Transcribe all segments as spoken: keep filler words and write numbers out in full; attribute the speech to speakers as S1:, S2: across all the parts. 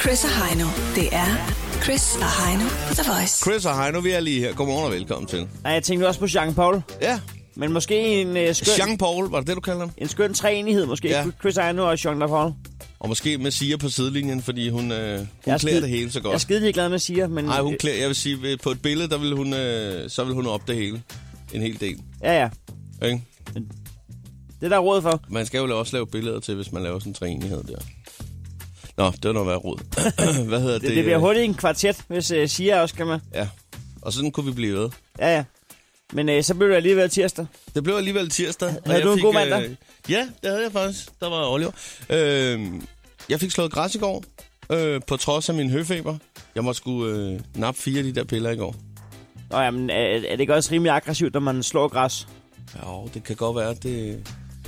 S1: Chris og Heino. Det er Chris og Heino på The Voice.
S2: Chris og Heino, vi er lige her. Godmorgen og velkommen til.
S3: Nej, jeg tænkte også på Jean-Paul.
S2: Ja.
S3: Men måske en uh, skøn...
S2: Jean-Paul, var det det, du kalder ham?
S3: En skøn træenighed, måske.
S2: Ja.
S3: Chris og Heino og Jean-Paul.
S2: Og måske med Sia på sidelinjen, fordi hun, øh, hun klæder
S3: skide,
S2: det hele så godt.
S3: Jeg er skide glad med Sia, men...
S2: Nej, hun klæder, jeg vil sige, på et billede, der vil hun, øh, så vil hun op det hele. En hel del.
S3: Ja, ja.
S2: Ikke?
S3: Det er der råd for.
S2: Man skal jo også lave billeder til, hvis man laver sådan en træenighed der. Nå, det var noget værd råd. Hvad hedder det?
S3: Det, det bliver hurtigt en kvartet, hvis uh, Sia også kan med.
S2: Ja, og sådan kunne vi blive ved.
S3: Ja, ja. Men uh, så blev det alligevel tirsdag.
S2: Det blev alligevel tirsdag.
S3: Havde du en
S2: fik,
S3: god mandag?
S2: Øh, ja, det havde jeg faktisk. Der var Oliver. Øh, jeg fik slået græs i går, øh, på trods af min høfeber. Jeg måtte sgu øh, nappe fire af de der piller i går.
S3: Nå ja, men er, er det ikke også rimelig aggressivt, når man slår græs?
S2: Ja, det kan godt være, det, det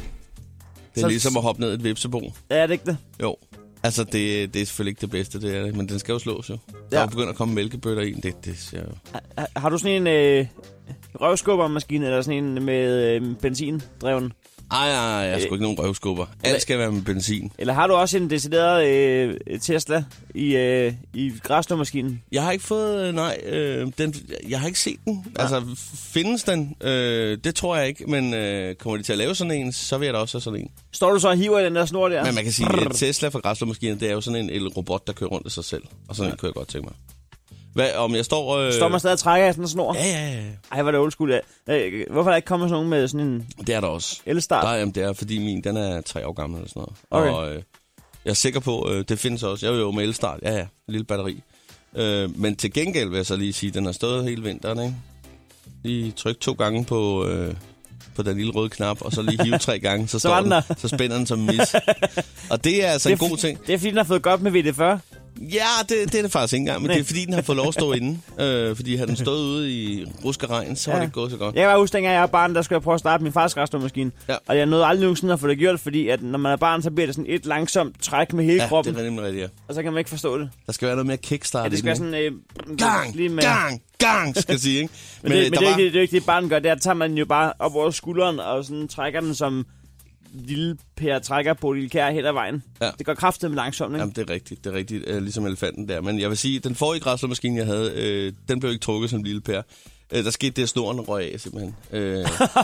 S2: er
S3: så,
S2: ligesom at hoppe ned et vipsebo.
S3: Er det ikke det?
S2: Jo. Altså, det, det er selvfølgelig ikke det bedste, det er det, men den skal jo slås jo. Der
S3: ja.
S2: er begyndt at komme mælkebøtter i det, det ser jo...
S3: Har, har du sådan en øh, røvskubbermaskine, eller sådan en med øh, benzindreven?
S2: Ej, ej, jeg har sgu ikke nogen røvskubber. Alt skal være med benzin.
S3: Eller har du også en decideret øh, Tesla i, øh, i græsslåmaskinen?
S2: Jeg har ikke fået, nej, øh, den, jeg har ikke set den. Ja. Altså, findes den? Øh, det tror jeg ikke, men øh, kommer de til at lave sådan en, så vil jeg da også have sådan en.
S3: Står du så og hiver i den der snor der?
S2: Men man kan sige, at Tesla for græsslåmaskinen, det er jo sådan en el-robot, der kører rundt af sig selv. Og sådan ja. en kunne jeg godt tænke mig. Hvad, om jeg står... Øh...
S3: Står man stadig og trækker af sådan en snor?
S2: Ja, ja, ja.
S3: Ej, hvor er det old school. Øh, hvorfor er der ikke kommet sådan nogen med sådan en...
S2: Det er der også.
S3: El-start?
S2: Der, jamen, det er, fordi min, den er tre år gammel eller sådan noget.
S3: Okay.
S2: Og øh, jeg er sikker på, øh, det findes også. Jeg er jo med el-start. Ja, ja, lille batteri. Øh, men til gengæld vil jeg så lige sige, den har stået hele vinteren, ikke? Lige tryk to gange på... Øh, på den lille røde knap, og så lige hive tre gange, så, står den, så spænder den som mis. Og det er altså
S3: det er
S2: en god ting.
S3: Det er fordi, den har fået godt med V D fyrre.
S2: Ja, det, det er det faktisk ikke engang, men Nej. det er fordi, den har fået lov at stå inde. Øh, fordi havde den stået ude i rusk og regn, så ja. var det ikke gået så godt.
S3: Jeg kan bare huske, dengang jeg var barn, der skulle jeg prøve at starte min fars græsslåmaskine. Ja. Og jeg nåede aldrig nogensinde at få det gjort, fordi at når man er barn, så bliver det sådan et langsomt træk med hele
S2: ja,
S3: kroppen.
S2: det er nemlig rigtigt, ja.
S3: Og så kan man ikke forstå det.
S2: Der skal være noget mere kickstart.
S3: Ja, det skal være sådan... Øh,
S2: gang,
S3: lige med...
S2: gang, gang, skal jeg sige, ikke?
S3: Men, men, det, men det, er var... ikke, det er ikke det, barn gør. Der tager man jo bare op over skulderen og sådan trækker den som lille Per trækker på lille kær hen ad vejen. Ja. Det går kraftigt med langsomt, ikke?
S2: Jamen, det er rigtigt. Det er rigtigt, øh, ligesom elefanten der. Men jeg vil sige, den forrige græsslåmaskine, jeg havde, øh, den blev ikke trukket som lille Per. Øh, der skete det, at snoren røg af, simpelthen. Øh,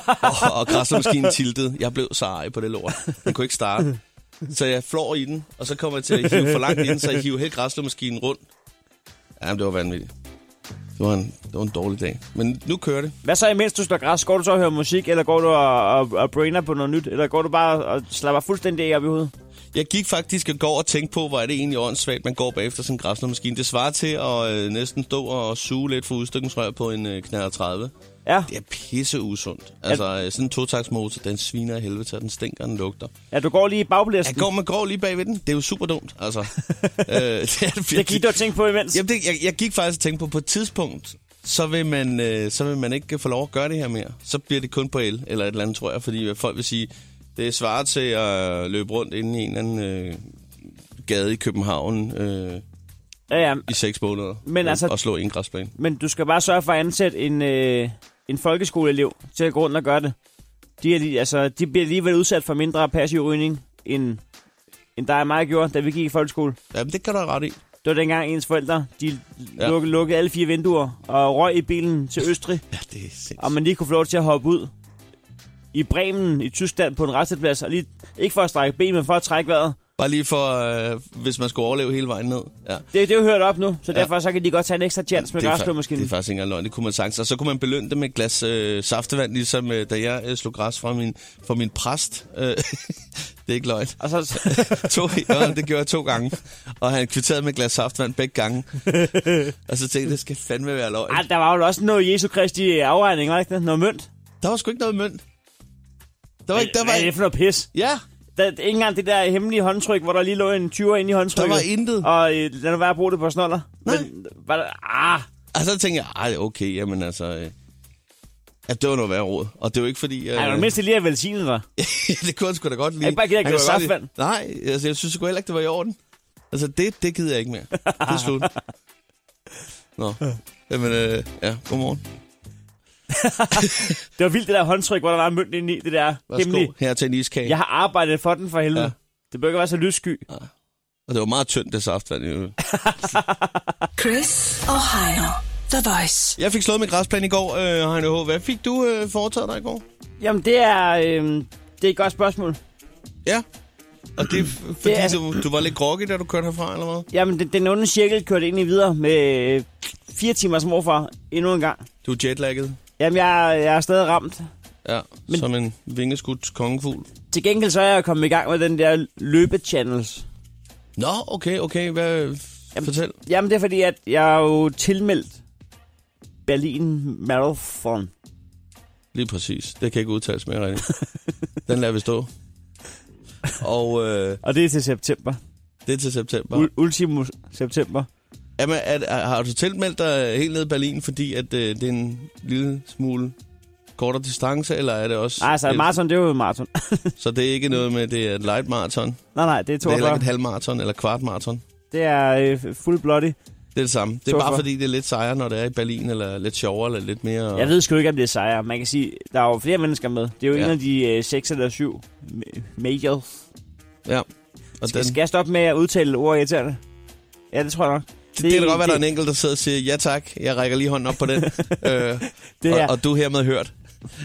S2: og og græsslåmaskinen tiltede. Jeg blev så ej på det lort. Den kunne ikke starte. Så jeg flår i den, og så kommer jeg til at hive for langt i den, så jeg hiver hele græsslåmaskinen rundt. Jamen, det var vanvittigt. Det var, en, det var en dårlig dag. Men nu kører det.
S3: Hvad så imens du slår græs? Går du så og hører musik, eller går du og, og, og brainer på noget nyt? Eller går du bare og slapper fuldstændig op i hovedet?
S2: Jeg gik faktisk og går og tænkte på, hvor er det egentlig åndssvagt, man går bagefter sådan en græsslåmaskine. Det svarer til at øh, næsten stå og suge lidt for udstykningsrør på en øh, knallert tredive. Ja. Det er pisse usundt. Altså, ja. Sådan en totaktsmotor, den sviner i helvede til, den stinker, den lugter.
S3: Ja, du går lige i bagblæsten.
S2: Jeg går, man går lige bagved den. Det er jo super dumt, altså. øh, det, er det,
S3: det gik du at tænke på imens?
S2: Jamen, det, jeg, jeg gik faktisk og tænkte på, på et tidspunkt, så vil, man, øh, så vil man ikke få lov at gøre det her mere. Så bliver det kun på el, eller et eller andet, tror jeg. Fordi folk vil sige, det er svaret til at løbe rundt inde i en eller anden øh, gade i København øh, ja, ja. i seks måneder
S3: men
S2: øh,
S3: altså,
S2: og slå en græsplæne.
S3: Men du skal bare sørge for at ansætte en, øh, en folkeskoleelev til at gå rundt og gøre det. De, er, altså, de bliver alligevel udsat for mindre passiv rygning, end, end der er mig gjorde, da vi gik i folkeskole.
S2: Jamen, det kan du have ret i.
S3: Det var dengang ens forældre, de ja. lukkede, lukkede alle fire vinduer og røg i bilen til Østrig.
S2: Ja, det er sindssygt.
S3: Og man lige kunne få lov til at hoppe ud i Bremen i Tyskland på en resteplads. Og lige, ikke for at strække ben, men for at trække vejret.
S2: Bare lige for, øh, hvis man skulle overleve hele vejen ned. Ja.
S3: Det, det er jo hørt op nu, så ja. derfor så kan de godt tage en ekstra chance med græsslåmaskinen.
S2: Det er faktisk ikke engang løgn, det kunne man sagtens. Og så kunne man belønne det med et glas øh, saftevand, ligesom øh, da jeg øh, slog græs fra min, fra min præst. Øh, det er ikke løgn. Og så... to, ja, det gjorde jeg to gange. Og han kvitterede med et glas saftevand begge gange. Og så tænkte jeg, det skal fandme være løgn.
S3: Ej, der var jo også noget Jesu Kristi afregning, var ikke det? Noget mønt.
S2: Der var sgu ikke noget mønt. Der var ikke, der var...
S3: Hvad er det for noget pis?
S2: Ja.
S3: Der, ikke engang det der hemmelige håndtryk, hvor der lige lå en tyver inde i håndtrykket.
S2: Der var intet.
S3: Og øh, lad nu være at bruge det på snoller.
S2: Nej.
S3: Men, var der, ah.
S2: Og så tænkte jeg, ej, okay, jamen altså... Øh, at det var noget værre råd. Og det var ikke fordi... Øh,
S3: Ej, du mindst lige at velsigne dig.
S2: det kunne han sgu da godt lide.
S3: Jeg bare gider ikke noget saftvand.
S2: Nej, altså, jeg synes sgu heller ikke, det var i orden. Altså, det, det gider jeg ikke mere. Det er slut. Nå, jamen, øh, ja, godmorgen.
S3: Det var vildt, det der håndtryk, hvor der var mønt inde i, det der hemmelige.
S2: Her til en iskage.
S3: Jeg har arbejdet for den for helvede. Ja. Det bør ikke være så lyssky. Ja.
S2: Og det var meget tyndt, det saftvand. Jo.
S1: Chris og Heino. The Voice.
S2: Jeg fik slået min græsplan i går, øh, Heino H. Hvad fik du øh, foretaget dig i går?
S3: Jamen, det er, øh, det er et godt spørgsmål.
S2: Ja. Og det er fordi, det er, altså... du, du var lidt groggy, da du kørte herfra, eller hvad?
S3: Jamen, den, den onde cirkel kørte ind i videre med øh, fire timers morfar endnu en gang.
S2: Du er jetlagget?
S3: Jamen, jeg, jeg er stadig ramt.
S2: Ja, men... som en vingeskudt kongefugl.
S3: Til gengæld så er jeg kommet i gang med den der løbechannels.
S2: Nå, okay, okay. Hvad...
S3: Jamen,
S2: Fortæl.
S3: Jamen, det er fordi, at jeg er jo tilmeldt Berlin Marathon.
S2: Lige præcis. Det kan ikke udtales mere rigtigt. Den lader vi stå. Og, øh,
S3: og det er til september.
S2: Det er til september.
S3: U- ultimo september.
S2: Jamen, er, er, har du tilmeldt dig helt ned i Berlin, fordi at, øh, det er en lille smule kortere distance, eller er det også...
S3: Nej, så et maraton, det er jo et maraton.
S2: Så det er ikke noget med, det er et light marathon?
S3: Nej, nej, det er toogfyrre.
S2: Det er heller ikke et halvmarathon eller kvart-marathon?
S3: Det er øh, full bloody.
S2: Det er det samme. Det er toogfyrre. Bare fordi, det er lidt sejere, når det er i Berlin, eller lidt sjovere, eller lidt mere...
S3: Jeg ved sgu ikke, om det er sejere. Man kan sige, der er jo flere mennesker med. Det er jo ja. en af de øh, seks eller syv majors.
S2: Ja.
S3: Og skal, den... skal jeg stoppe med at udtale ord irriterende? Ja, det tror jeg nok.
S2: Det, det, det kan godt være, der er en enkelt, der sidder og siger, ja tak, jeg rækker lige hånden op på den. øh,
S3: det
S2: og, og du er hermed hørt.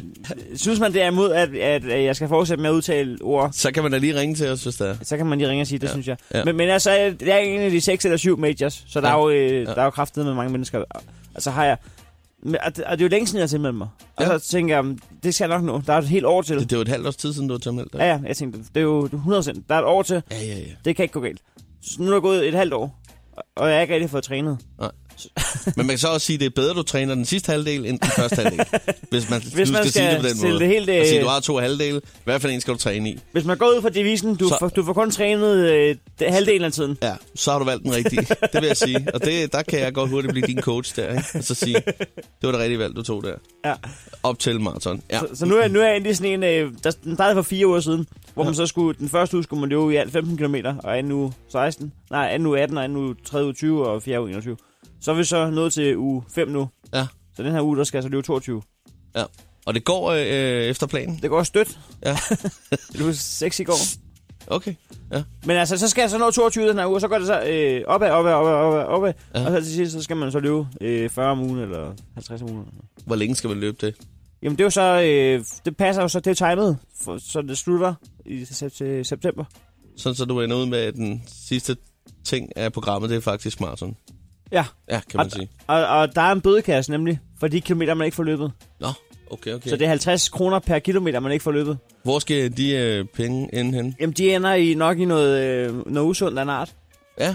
S3: Synes man, det er imod, at, at, at jeg skal fortsætte med at udtale ord?
S2: Så kan man da lige ringe til os, hvis der er.
S3: Så kan man lige ringe og sige, det ja. synes jeg.
S2: Ja.
S3: Men, men altså, det er en af de seks eller syv majors, så der, ja. er, jo, øh, ja. der er jo kraftigt med mange mennesker. Og så har jeg... Og det, og det er jo længe siden, jeg har tilmeldt mig. Og ja. så tænker jeg, det skal jeg nok nå. Der er et helt år til.
S2: Det, det er jo et halvt års tid siden, du har tilmeldt dig.
S3: Ja, ja, jeg tænkte, det er jo hundrede procent. Der er et år til.
S2: Ja, ja, ja.
S3: Det kan ikke gå galt. Så nu er der gået et halvt år, og jeg er ikke rigtig fået trænet.
S2: Nej. Men man kan så også sige, at det er bedre, at du træner den sidste halvdel, end den første halvdel. Hvis man,
S3: Hvis man skal, skal sige det på den måde. Det helt, øh...
S2: sige, du har to halvdele. I hvert fald en skal du træne i.
S3: Hvis man går ud fra devisen, du, så... får, du får kun trænet øh, halvdelen af tiden.
S2: Ja, så har du valgt den rigtige. Det vil jeg sige. Og det, der kan jeg godt hurtigt blive din coach der. Ikke? Og så sige, det var det rigtige valg, du tog der.
S3: Ja.
S2: Op til maraton. Ja.
S3: Så, så nu er, nu er jeg endelig sådan en, øh, der, den startede for fire uger siden, hvor ja. man så skulle, den første uge skulle man løbe i alt femten kilometer, og anden uge seksten. Nej, anden uge atten, og anden uge tredje uge tyve, og fjerde uge enogtyve. Så er vi så nået til uge fem nu.
S2: Ja.
S3: Så den her uge, der skal jeg så løbe toogtyve.
S2: Ja. Og det går øh, efter planen?
S3: Det går stødt.
S2: Ja.
S3: Det var seks i går.
S2: Okay, ja.
S3: Men altså, så skal jeg så nå toogtyve den her uge, så går det så øh, opad, opad, opad, opad, opad. Ja. Og så til sidst, så skal man så løbe øh, fyrre om ugen, eller halvtreds om ugen.
S2: Hvor længe skal man løbe det?
S3: Jamen, det er jo så, øh, det passer jo så til timet, for, så det slutter i til september.
S2: Sådan, så du ender ud med, at den sidste ting af programmet, det er faktisk maraton.
S3: Ja.
S2: Ja, kan man
S3: og,
S2: sige.
S3: Og, og der er en bødekasse nemlig, for de kilometer, man ikke får løbet.
S2: Nå, okay, okay.
S3: Så det er halvtreds kroner per kilometer, man ikke får løbet.
S2: Hvor skal de øh, penge ende hen?
S3: Jamen, de ender i nok i noget, øh, noget usundt af en art.
S2: Ja.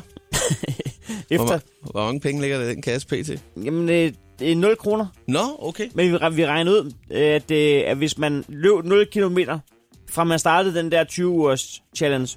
S3: Efter...
S2: Hvor, hvor mange penge ligger der i den kasse pt?
S3: Jamen, øh, det er nul kroner.
S2: Nå, okay.
S3: Men vi, vi regner ud, at, øh, at hvis man løb nul kilometer, fra man startede den der tyve ugers challenge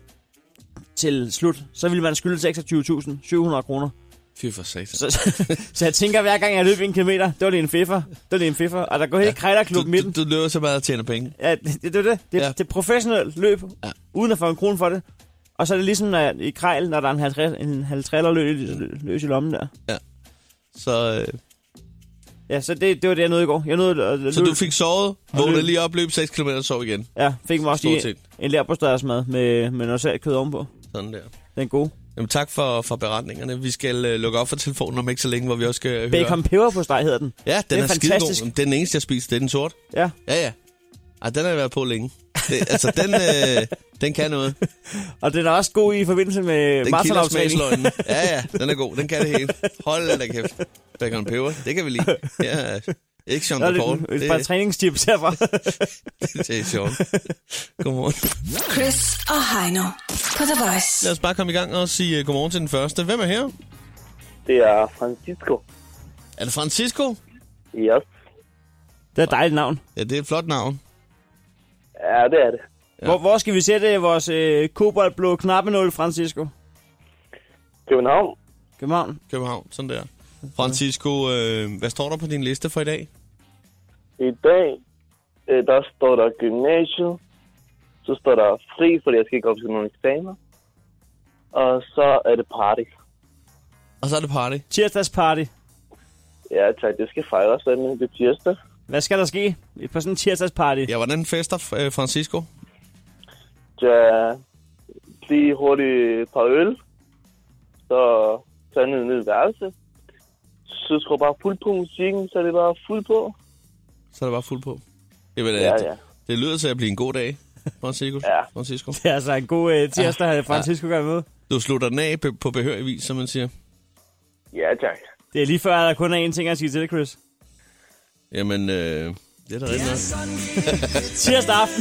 S3: til slut, så ville man skylde seksogtyve tusind syv hundrede kroner.
S2: Fy for satan.
S3: Så, så, så jeg tænker, hver gang jeg løber en kilometer, det var det en fiffer. Det var det en fiffer. Og der går helt ja, krejlerklub midten.
S2: Du, du løber så meget og tjener penge.
S3: Ja, det er det. Det, det,
S2: ja.
S3: det er professionelt løb, ja. Uden at få en krone for det. Og så er det ligesom når, i krejl, når der er en halvtreds, en halvtreds løs, løs i lommen der.
S2: Ja. Så... Øh...
S3: Ja, så det, det var det, jeg nåede i går. Jeg nåede, øh,
S2: så løb, du fik sovet, vågnede lige op, løb seks kilometer og sov igen?
S3: Ja, fik mig også lige en leverpostejsmad med, med noget salt kød ovenpå.
S2: Sådan der.
S3: Den er god.
S2: Jamen, tak for, for beretningerne. Vi skal uh, lukke op for telefonen om ikke så længe, hvor vi også skal høre...
S3: Bacon peberpostej hedder den.
S2: Ja, den er, er skidegod. Det er den eneste, jeg spiser. Det er den sort.
S3: Ja.
S2: Ja, ja. Ej, den har jeg været på længe. Det, altså, den, øh, den kan noget.
S3: Og den er også god i forbindelse med maratonoptræning.
S2: Ja, ja, den er god. Den kan det hele. Hold da kæft. Bacon peber, det kan vi lide. Ja, ikke Sean Paul.
S3: Det er bare træningstips herfra.
S2: Det er sjovt. Godmorgen.
S1: Chris og Heino på The Voice.
S2: Lad os bare komme i gang og sige uh, godmorgen til den første. Hvem er her?
S4: Det er Francisco.
S2: Er det Francisco?
S4: Yes.
S3: Det er et dejligt navn.
S2: Ja, det er et flot navn.
S4: Ja, det er det.
S3: Ja. Hvor, hvor skal vi sætte vores øh, koboldblå knappenål, Francisco?
S4: København.
S3: København.
S2: København, sådan der. Francisco, øh, hvad står der på din liste for i dag?
S4: I dag, øh, der står der gymnasiet. Så står der fri, fordi jeg skal ikke op til nogle eksamener. Og så er det party.
S2: Og så er det party?
S3: Tirsdagsparty.
S4: Ja, tak. Det skal fejres, det er tirsdag.
S3: Hvad skal der ske på sådan en tirsdagsparty?
S2: Ja, hvordan fester Francisco?
S4: Ja, lige hurtigt et par øl. så tager jeg ned, ned i værelse. Så skruer bare fuld på musikken, så er det bare fuld på.
S2: Så er det bare fuld på. Jamen,
S4: Ja,
S2: det,
S4: ja.
S2: det lyder til at blive en god dag, Francisco.
S4: Ja.
S2: Francisco.
S3: Det er altså en god uh, tirsdag, ja. Francisco gør med.
S2: Du slutter den af på behørig vis, som man siger.
S4: Ja, tak.
S3: Det er lige før, at der kun er én ting at sige til det, Chris.
S2: Jamen, øh, det er da rigtig nok.
S3: Tirsdag aften.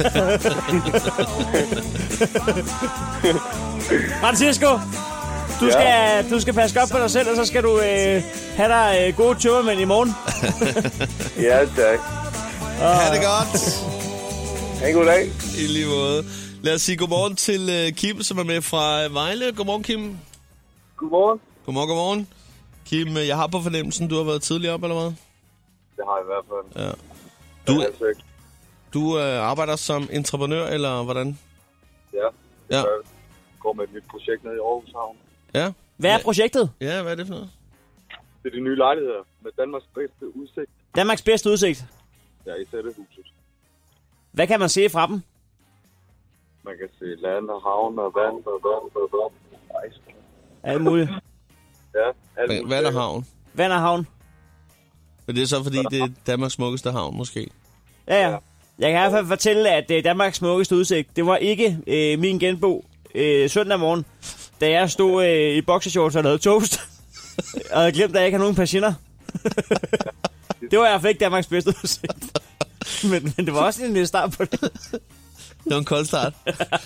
S3: Francisco, du,
S4: Ja.
S3: skal, du skal passe godt på dig selv, og så skal du øh, have dig øh, gode tømmermænd i morgen.
S4: Ja, tak.
S2: Ha' det godt.
S4: Ha' en god dag.
S2: I lige måde. Lad os sige godmorgen til uh, Kim, som er med fra Vejle. Godmorgen, Kim.
S4: Godmorgen.
S2: Godmorgen, godmorgen. Kim, jeg har på fornemmelsen, du har været tidligere op, eller hvad?
S4: Det har jeg i hvert fald.
S2: Ja. Du, du uh, arbejder som entreprenør, eller hvordan?
S4: Ja.
S2: Ja.
S4: Jeg går med et nyt projekt nede i Aarhus Havn.
S2: Ja.
S3: Hvad er projektet?
S2: Ja, hvad er det for noget?
S4: Det er de nye lejligheder med Danmarks bedste udsigt.
S3: Danmarks bedste udsigt.
S4: Ja, i Sættehuset.
S3: Hvad kan man se fra dem?
S4: Man kan se land og havn og vand og vand og vand. Nice.
S3: Alt muligt.
S4: Ja, alt muligt.
S2: Vand og havn.
S3: Vand og havn.
S2: Men det er så, fordi det er Danmarks smukkeste havn, måske.
S3: Ja, ja. Jeg kan i hvert fald fortælle, at øh, Danmarks smukkeste udsigt, det var ikke øh, min genbo øh, søndag morgen, da jeg stod øh, i boxershorts og lavede toast, og havde glemt, at jeg ikke har nogen patienter. Det var i hvert fald ikke Danmarks bedste udsigt. Men, men det var også en start på det.
S2: Det var en kold start.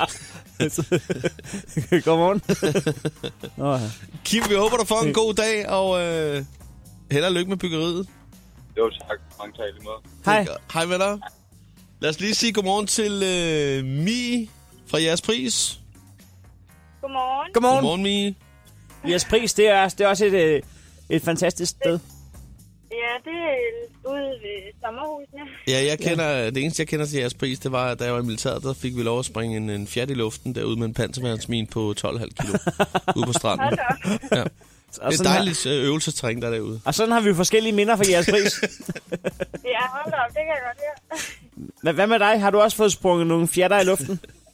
S3: Godmorgen. Nå, ja.
S2: Kim, vi håber, du får en god dag, og øh, held og lykke med byggeriet.
S4: Jo, tak. Mange tak lige måde.
S3: Hej.
S2: Hej med dig. Lad os lige sige godmorgen til øh, Mie fra Jeres Pris.
S5: Godmorgen.
S3: Godmorgen.
S2: Godmorgen, Mie.
S3: Jeres Pris, det er, det er også et, øh, et fantastisk sted.
S5: Ja, det er ude ved sommerhusene.
S2: Ja, jeg kender, ja. Det eneste, jeg kender til Jeres Pris, det var, da jeg var i militæret, der fik vi lov at springe en, en fjert i luften derude med en panserværnsmin på tolv komma fem kilo ude på stranden.
S5: Hold da.
S2: Ja.
S3: Og
S2: Det er
S3: sådan, har,
S2: dejligt øh, øvelsestræng, der er derude.
S3: og sådan har vi jo forskellige minder fra Jeres Pris.
S5: Ja, hold da op, det kan jeg godt høre.
S3: Hvad, hvad med dig? Har du også fået sprunget nogle fjerter i luften?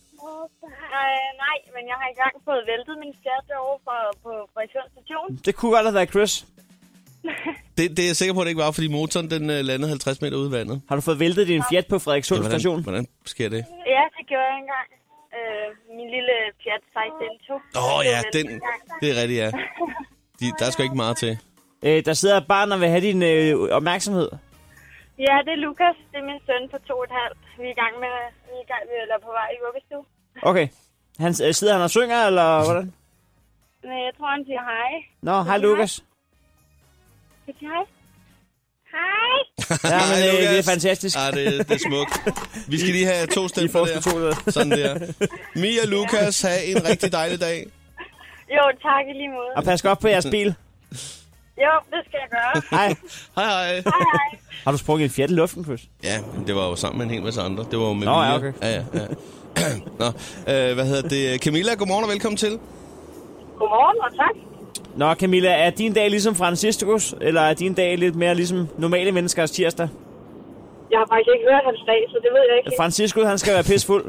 S5: Uh, nej, men jeg har engang fået væltet min fjert derovre fra, på Frederikshavn station.
S3: Det kunne godt have været Chris.
S2: Det, det er jeg sikker på, at det ikke var, fordi motoren den øh, landede halvtreds meter ude i vandet.
S3: Har du fået væltet din Fiat på Frederikssund
S2: Ja,
S3: station?
S2: hvordan, hvordan sker det?
S5: Ja, det gjorde jeg engang. Uh, min lille Fiat Seicento.
S2: Åh oh, ja, den, det er rigtigt, ja. De, der er sgu ikke meget til.
S3: Øh, der sidder et barn og vil have din øh, opmærksomhed.
S5: Ja, det er Lukas. Det er min søn på to og et halvt. Vi er i gang med, vi er i gang med, eller på vej i vuggestue.
S3: Okay. Han, øh, sidder han og synger, eller hvordan?
S5: Men jeg tror, han siger hej.
S3: Nå, hej Lukas.
S5: Skal jeg sige hej? Hej!
S3: Ja, men
S2: Hej,
S3: øh, det er
S2: Lukas.
S3: fantastisk.
S2: Ah, det, det er smukt. Vi skal lige have to stemmer
S3: får to
S2: der.
S3: der.
S2: Sådan der. Mia og Lukas, have en rigtig dejlig dag.
S5: Jo, tak i lige måde.
S3: Og pas godt på jeres bil.
S5: Jo, det skal jeg gøre.
S3: Hej.
S2: Hej, hej.
S5: Hej, hej.
S3: Har du sprunget en Fiat i luften, Chris?
S2: Ja, men det var jo sammen med en hel masse andre. Det var jo med
S3: Nå, ja,
S2: vilje.
S3: okay.
S2: Ja, ja, ja. Nå, øh, hvad hedder det? Camilla, godmorgen og velkommen til.
S5: Godmorgen, og tak.
S3: Nå, Camilla, er din dag ligesom Franciscus, eller er din dag lidt mere ligesom normale menneskers tirsdag?
S5: Jeg har faktisk ikke hørt hans dag, så det ved jeg ikke.
S3: Franciscus, han skal være pissfuld.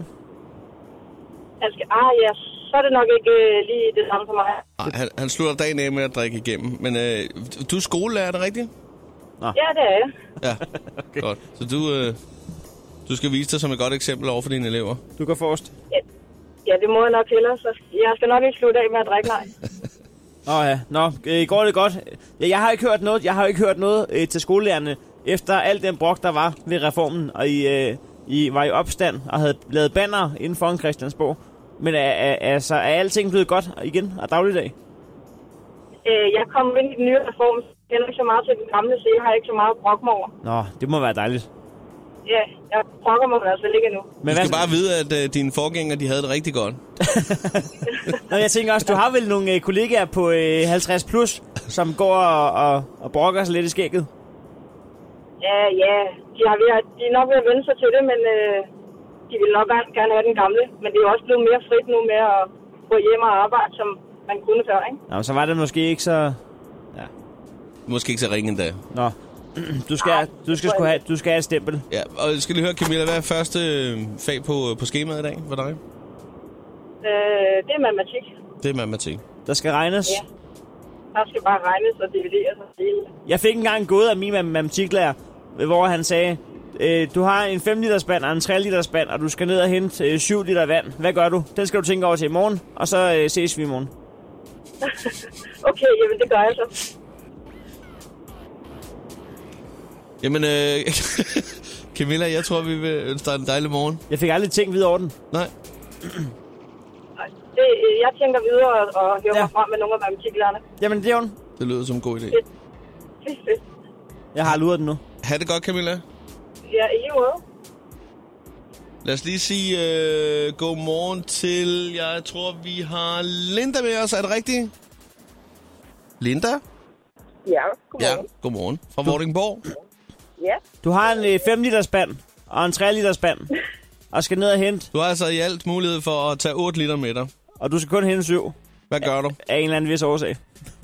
S5: Han skal, ah ja, så er det nok ikke øh, lige det samme for mig.
S2: Ej, han, han slutter dagen af med at drikke igennem. Men øh, du er skolelærer, er det rigtigt?
S5: Ja, det er jeg.
S2: Ja, okay. Godt. Så du, øh, du skal vise dig som et godt eksempel over for dine elever.
S3: Du går forrest.
S5: Ja, ja det må jeg nok hellere, så jeg skal nok ikke slutte af med at drikke, nej.
S3: Nå ja, nå, øh, går det godt? Ja, jeg har ikke hørt noget, jeg har ikke hørt noget øh, til skolelærerne, efter al den brok, der var ved reformen, og I, øh, I var i opstand og havde lavet banner inden for en Christiansborg. Men er, er, altså, er alting blevet godt igen og dagligdag?
S5: Øh, jeg kom ind i den nye reform, jeg kender ikke så meget til den gamle, så jeg har ikke så meget at brokke mig over.
S3: Nå, det må være dejligt.
S5: Ja, jeg brokker mig altså ikke endnu.
S3: Men
S2: Du skal
S3: hvad,
S2: bare vide, at øh, dine forgængere, de havde det rigtig godt.
S3: Nå, jeg tænker også, du har vel nogle øh, kollegaer på øh, halvtreds plus, som går og, og, og brokker sig lidt i skægget?
S5: Ja, ja, de, har ved at, de er nok ved at vende sig til det, men øh, de vil nok gerne have den gamle. Men det er jo også blevet mere frit nu med at gå hjem og arbejde, som man kunne før, ikke?
S3: Nå, så var det måske ikke så...
S2: Måske ikke så ringe endda.
S3: Nå, du skal, du skal, sgu have, du skal have et stempel.
S2: Ja, og jeg skal lige høre, Camilla, hvad er første øh, fag på, på skemaet i dag for dig?
S5: Øh, det er matematik.
S2: Det er matematik.
S3: Der skal regnes.
S5: Ja. Der skal bare regnes og divideres og dele.
S3: Jeg fik engang en gåde af min matematiklærer, hvor han sagde, øh, du har en fem liter spand og en tre liter spand, og du skal ned og hente øh, syv liter vand. Hvad gør du? Den skal du tænke over til i morgen, og så øh, ses vi i morgen.
S5: Okay, jamen det gør jeg så.
S2: Jamen, øh, Camilla, jeg tror, vi vil ønske dig en dejlig morgen.
S3: Jeg fik aldrig tænkt videre over den.
S2: Nej.
S5: Det, jeg tænker videre og, og hører
S3: Ja.
S5: mig frem med nogle af matematiklærerne.
S3: Jamen, det er jo.
S2: Det lyder som en god idé.
S5: Fedt. Fedt, fedt.
S3: Jeg har luret den nu.
S2: Ha' det godt, Camilla.
S5: Ja, i lige måde.
S2: Lad os lige sige øh, god morgen til, jeg tror, vi har Linda med os. Er det rigtigt? Linda?
S5: Ja, godmorgen.
S2: Ja, godmorgen. Fra Vordingborg.
S5: Ja.
S3: Du har en øh, fem liter spand og en tre liter spand, og skal ned og hente,
S2: Du har altså i alt mulighed for at tage otte liter med dig.
S3: og du skal kun hente syv
S2: Hvad gør du?
S3: af en eller anden vis årsag.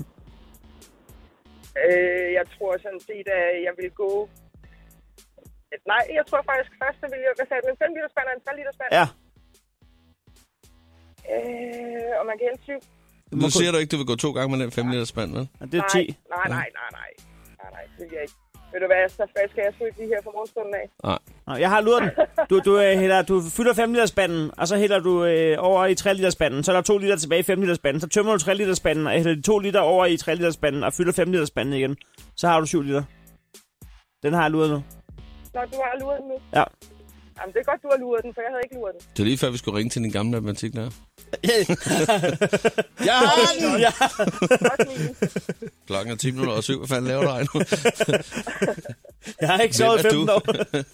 S6: Øh, jeg tror sådan set, at jeg vil gå... Nej, jeg tror faktisk først, at jeg vil... Hvad sagde du? En fem liter spand og en tre liter spand?
S3: Ja.
S6: Øh, og man kan hente syv.
S2: Nu siger du ikke, du vil gå to gange med den fem liter spand, vel?
S3: Og det er
S6: Nej,
S3: ti.
S6: nej, nej, nej, nej. Nej, nej, det vil jeg ikke. Ved du hvad, så hvad skal jeg sgu ikke lige her fra morgenstunden af?
S2: Nej.
S3: Nå, jeg har luret den. Du, du, øh, hælder, du fylder fem liter spanden, og så hælder du øh, over i tre liter spanden. Så er der to liter tilbage i fem liter spanden. Så tømmer du tre liter spanden, og hælder de to liter over i tre liter spanden, og fylder fem liter spanden igen. Så har du syv liter. Den har jeg luret nu.
S6: Nå, du har luret den nu?
S3: Ja.
S6: Jamen, det er godt, du har luret den, for jeg havde ikke luret den.
S2: Det er lige før, vi skulle ringe til din gamle matematik der.
S3: Jeg har den! Ja.
S2: Klokken er ti minutter og syv. Hvad fanden laver du her nu?
S3: Jeg har ikke sovet
S2: Hvem er
S3: femten
S2: du?
S3: år.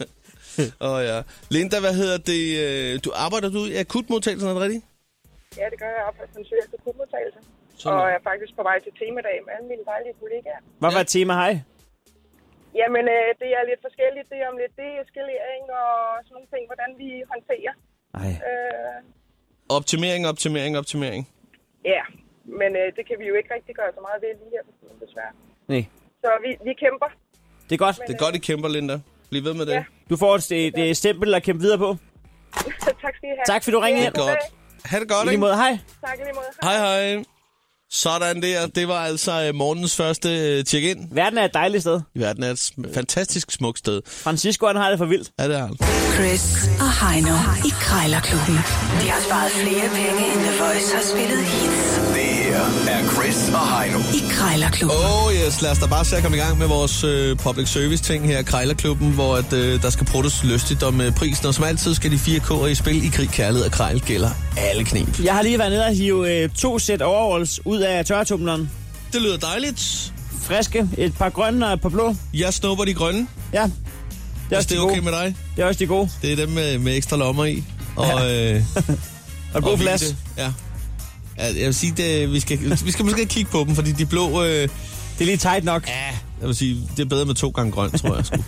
S2: Åh oh, ja. Linda, hvad hedder det? øh, Du arbejder du i akutmodtagelsen, er det rigtigt?
S6: Ja, det gør jeg op for en søger til akutmodtagelse.
S2: Sådan.
S6: Og jeg er faktisk på vej til temadag med alle mine dejlige kollegaer.
S3: Hvad var et tema, hej?
S6: Jamen, øh, det er lidt forskelligt. Det er om lidt deeskalering og sådan nogle ting, hvordan vi håndterer.
S3: Ej.
S6: Øh,
S2: Optimering, optimering, optimering.
S6: ja, men øh, det kan vi jo ikke rigtig gøre så meget ved lige her, desværre.
S3: Nej.
S6: Så vi, vi kæmper.
S3: Det er godt.
S2: Det er godt, I kæmper, Linda. Bliv ved med det.
S6: Ja.
S3: Du får et, et, et stempel at kæmpe videre på.
S6: Tak skal I have.
S3: Tak, fordi du ringede
S6: Ja,
S3: ind.
S2: Det er godt. Ha' det godt,
S3: I lige
S2: ikke?
S3: måde, hej.
S6: Tak i lige måde.
S2: Hej, hej. Sådan der. Det var altså øh, morgens første øh, check-in.
S3: Verden er et dejligt sted.
S2: I verden er et sm- fantastisk smukt sted.
S3: Francisco, han har det for vildt.
S2: Ja, det er han.
S1: Chris og Heino i Krejlerklubben. De har sparet flere penge, end The Voice har spillet hits
S7: Det her er Chris og Heino.
S1: i Krejlerklubben.
S2: Oh yes, lad os da bare se at komme i gang med vores øh, public service ting her i Krejlerklubben, hvor at, øh, der skal pruttes lystigt om øh, prisen, og som altid skal de fire K'er i spil i krig, kærlighed og krejl gælder alle knep.
S3: Jeg har lige været nede og hive øh, to sæt overalls ud af tørretumleren.
S2: Det lyder dejligt.
S3: Friske, et par grønne og et par blå.
S2: Jeg snupper de grønne,
S3: Ja, det er
S2: hvis
S3: også
S2: det
S3: de
S2: er okay
S3: gode.
S2: med dig.
S3: Det er også de gode.
S2: Det er dem med, med ekstra lommer i. Og,
S3: Ja.
S2: øh,
S3: Og et god
S2: og
S3: plads.
S2: hvide. Ja. Ja, jeg vil sige, det, vi, skal, vi skal måske kigge på dem, fordi de blå... Øh,
S3: Det er lige tight nok.
S2: ja, jeg vil sige, det er bedre med to gange grønt, tror jeg sgu.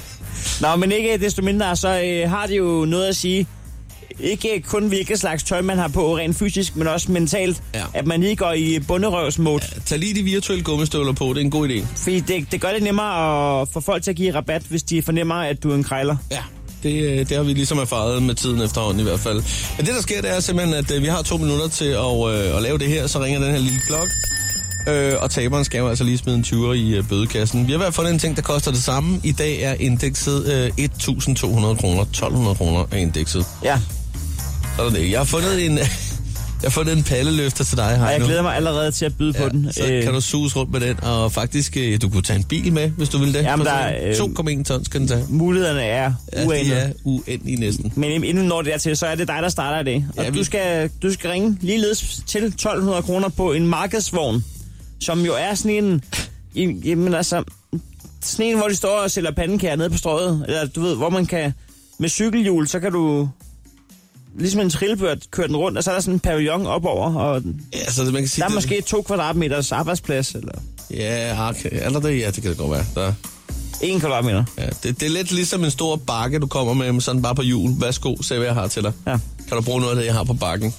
S3: Nå, men ikke desto mindre, så øh, har det jo noget at sige. Ikke kun hvilket slags tøj, man har på rent fysisk, men også mentalt.
S2: Ja.
S3: At man lige går i bunderøvsmode. Ja.
S2: Tag lige de virtuelle gummistøvler på, det er en god idé.
S3: Fordi det, det gør det nemmere at få folk til at give rabat, hvis de fornemmer, at du er en krejler.
S2: Ja, det, øh, det har vi ligesom erfaret med tiden efterhånden i hvert fald. Men det, der sker, det er simpelthen, at øh, vi har to minutter til at, øh, at lave det her, så ringer den her lille klokke. Øh, og taberen skal jo altså lige smide en tyver i øh, bødekassen. Vi har i hvert fald en ting, der koster det samme. I dag er indekset øh, et tusind to hundrede kroner. tolv hundrede kroner er indekset.
S3: Ja,
S2: Sådan det. Jeg har fundet en, jeg har fundet en palleløfter til dig,
S3: og jeg
S2: Heino.
S3: glæder mig allerede til at byde
S2: Ja,
S3: på den.
S2: så kan du suge rundt med den, og faktisk, øh, du kunne tage en bil med, hvis du vil det.
S3: Jamen,
S2: For
S3: der
S2: sådan
S3: er, øh,
S2: to komma en tons kan den tage.
S3: Mulighederne er
S2: Ja, de
S3: uanede.
S2: er uendelige næsten.
S3: Men inden vi når det dertil, så er det dig, der starter i dag. Og
S2: Ja,
S3: du,
S2: vi-
S3: skal, du skal ringe ligeledes til tolv hundrede kroner på en markedsvogn, som jo er sådan en... i- Jamen altså, sådan en, hvor de står og sælger pandekager nede på strøget. Eller du ved, hvor man kan... Med cykelhjul, så kan du... Ligesom en trillebør køre den rundt, og så er der sådan en pavillon opover, og
S2: Ja, så man kan sige,
S3: der er
S2: det-
S3: måske to kvadratmeters arbejdsplads, eller
S2: Ja, okay. Er der det? Ja, det kan det godt være. Der.
S3: en kvadratmeter.
S2: Ja, det, det er lidt ligesom en stor bakke, du kommer med, med sådan bare på hjul. Værsgo, se hvad jeg har til dig.
S3: Ja.
S2: Kan du bruge noget af det, jeg har på bakken?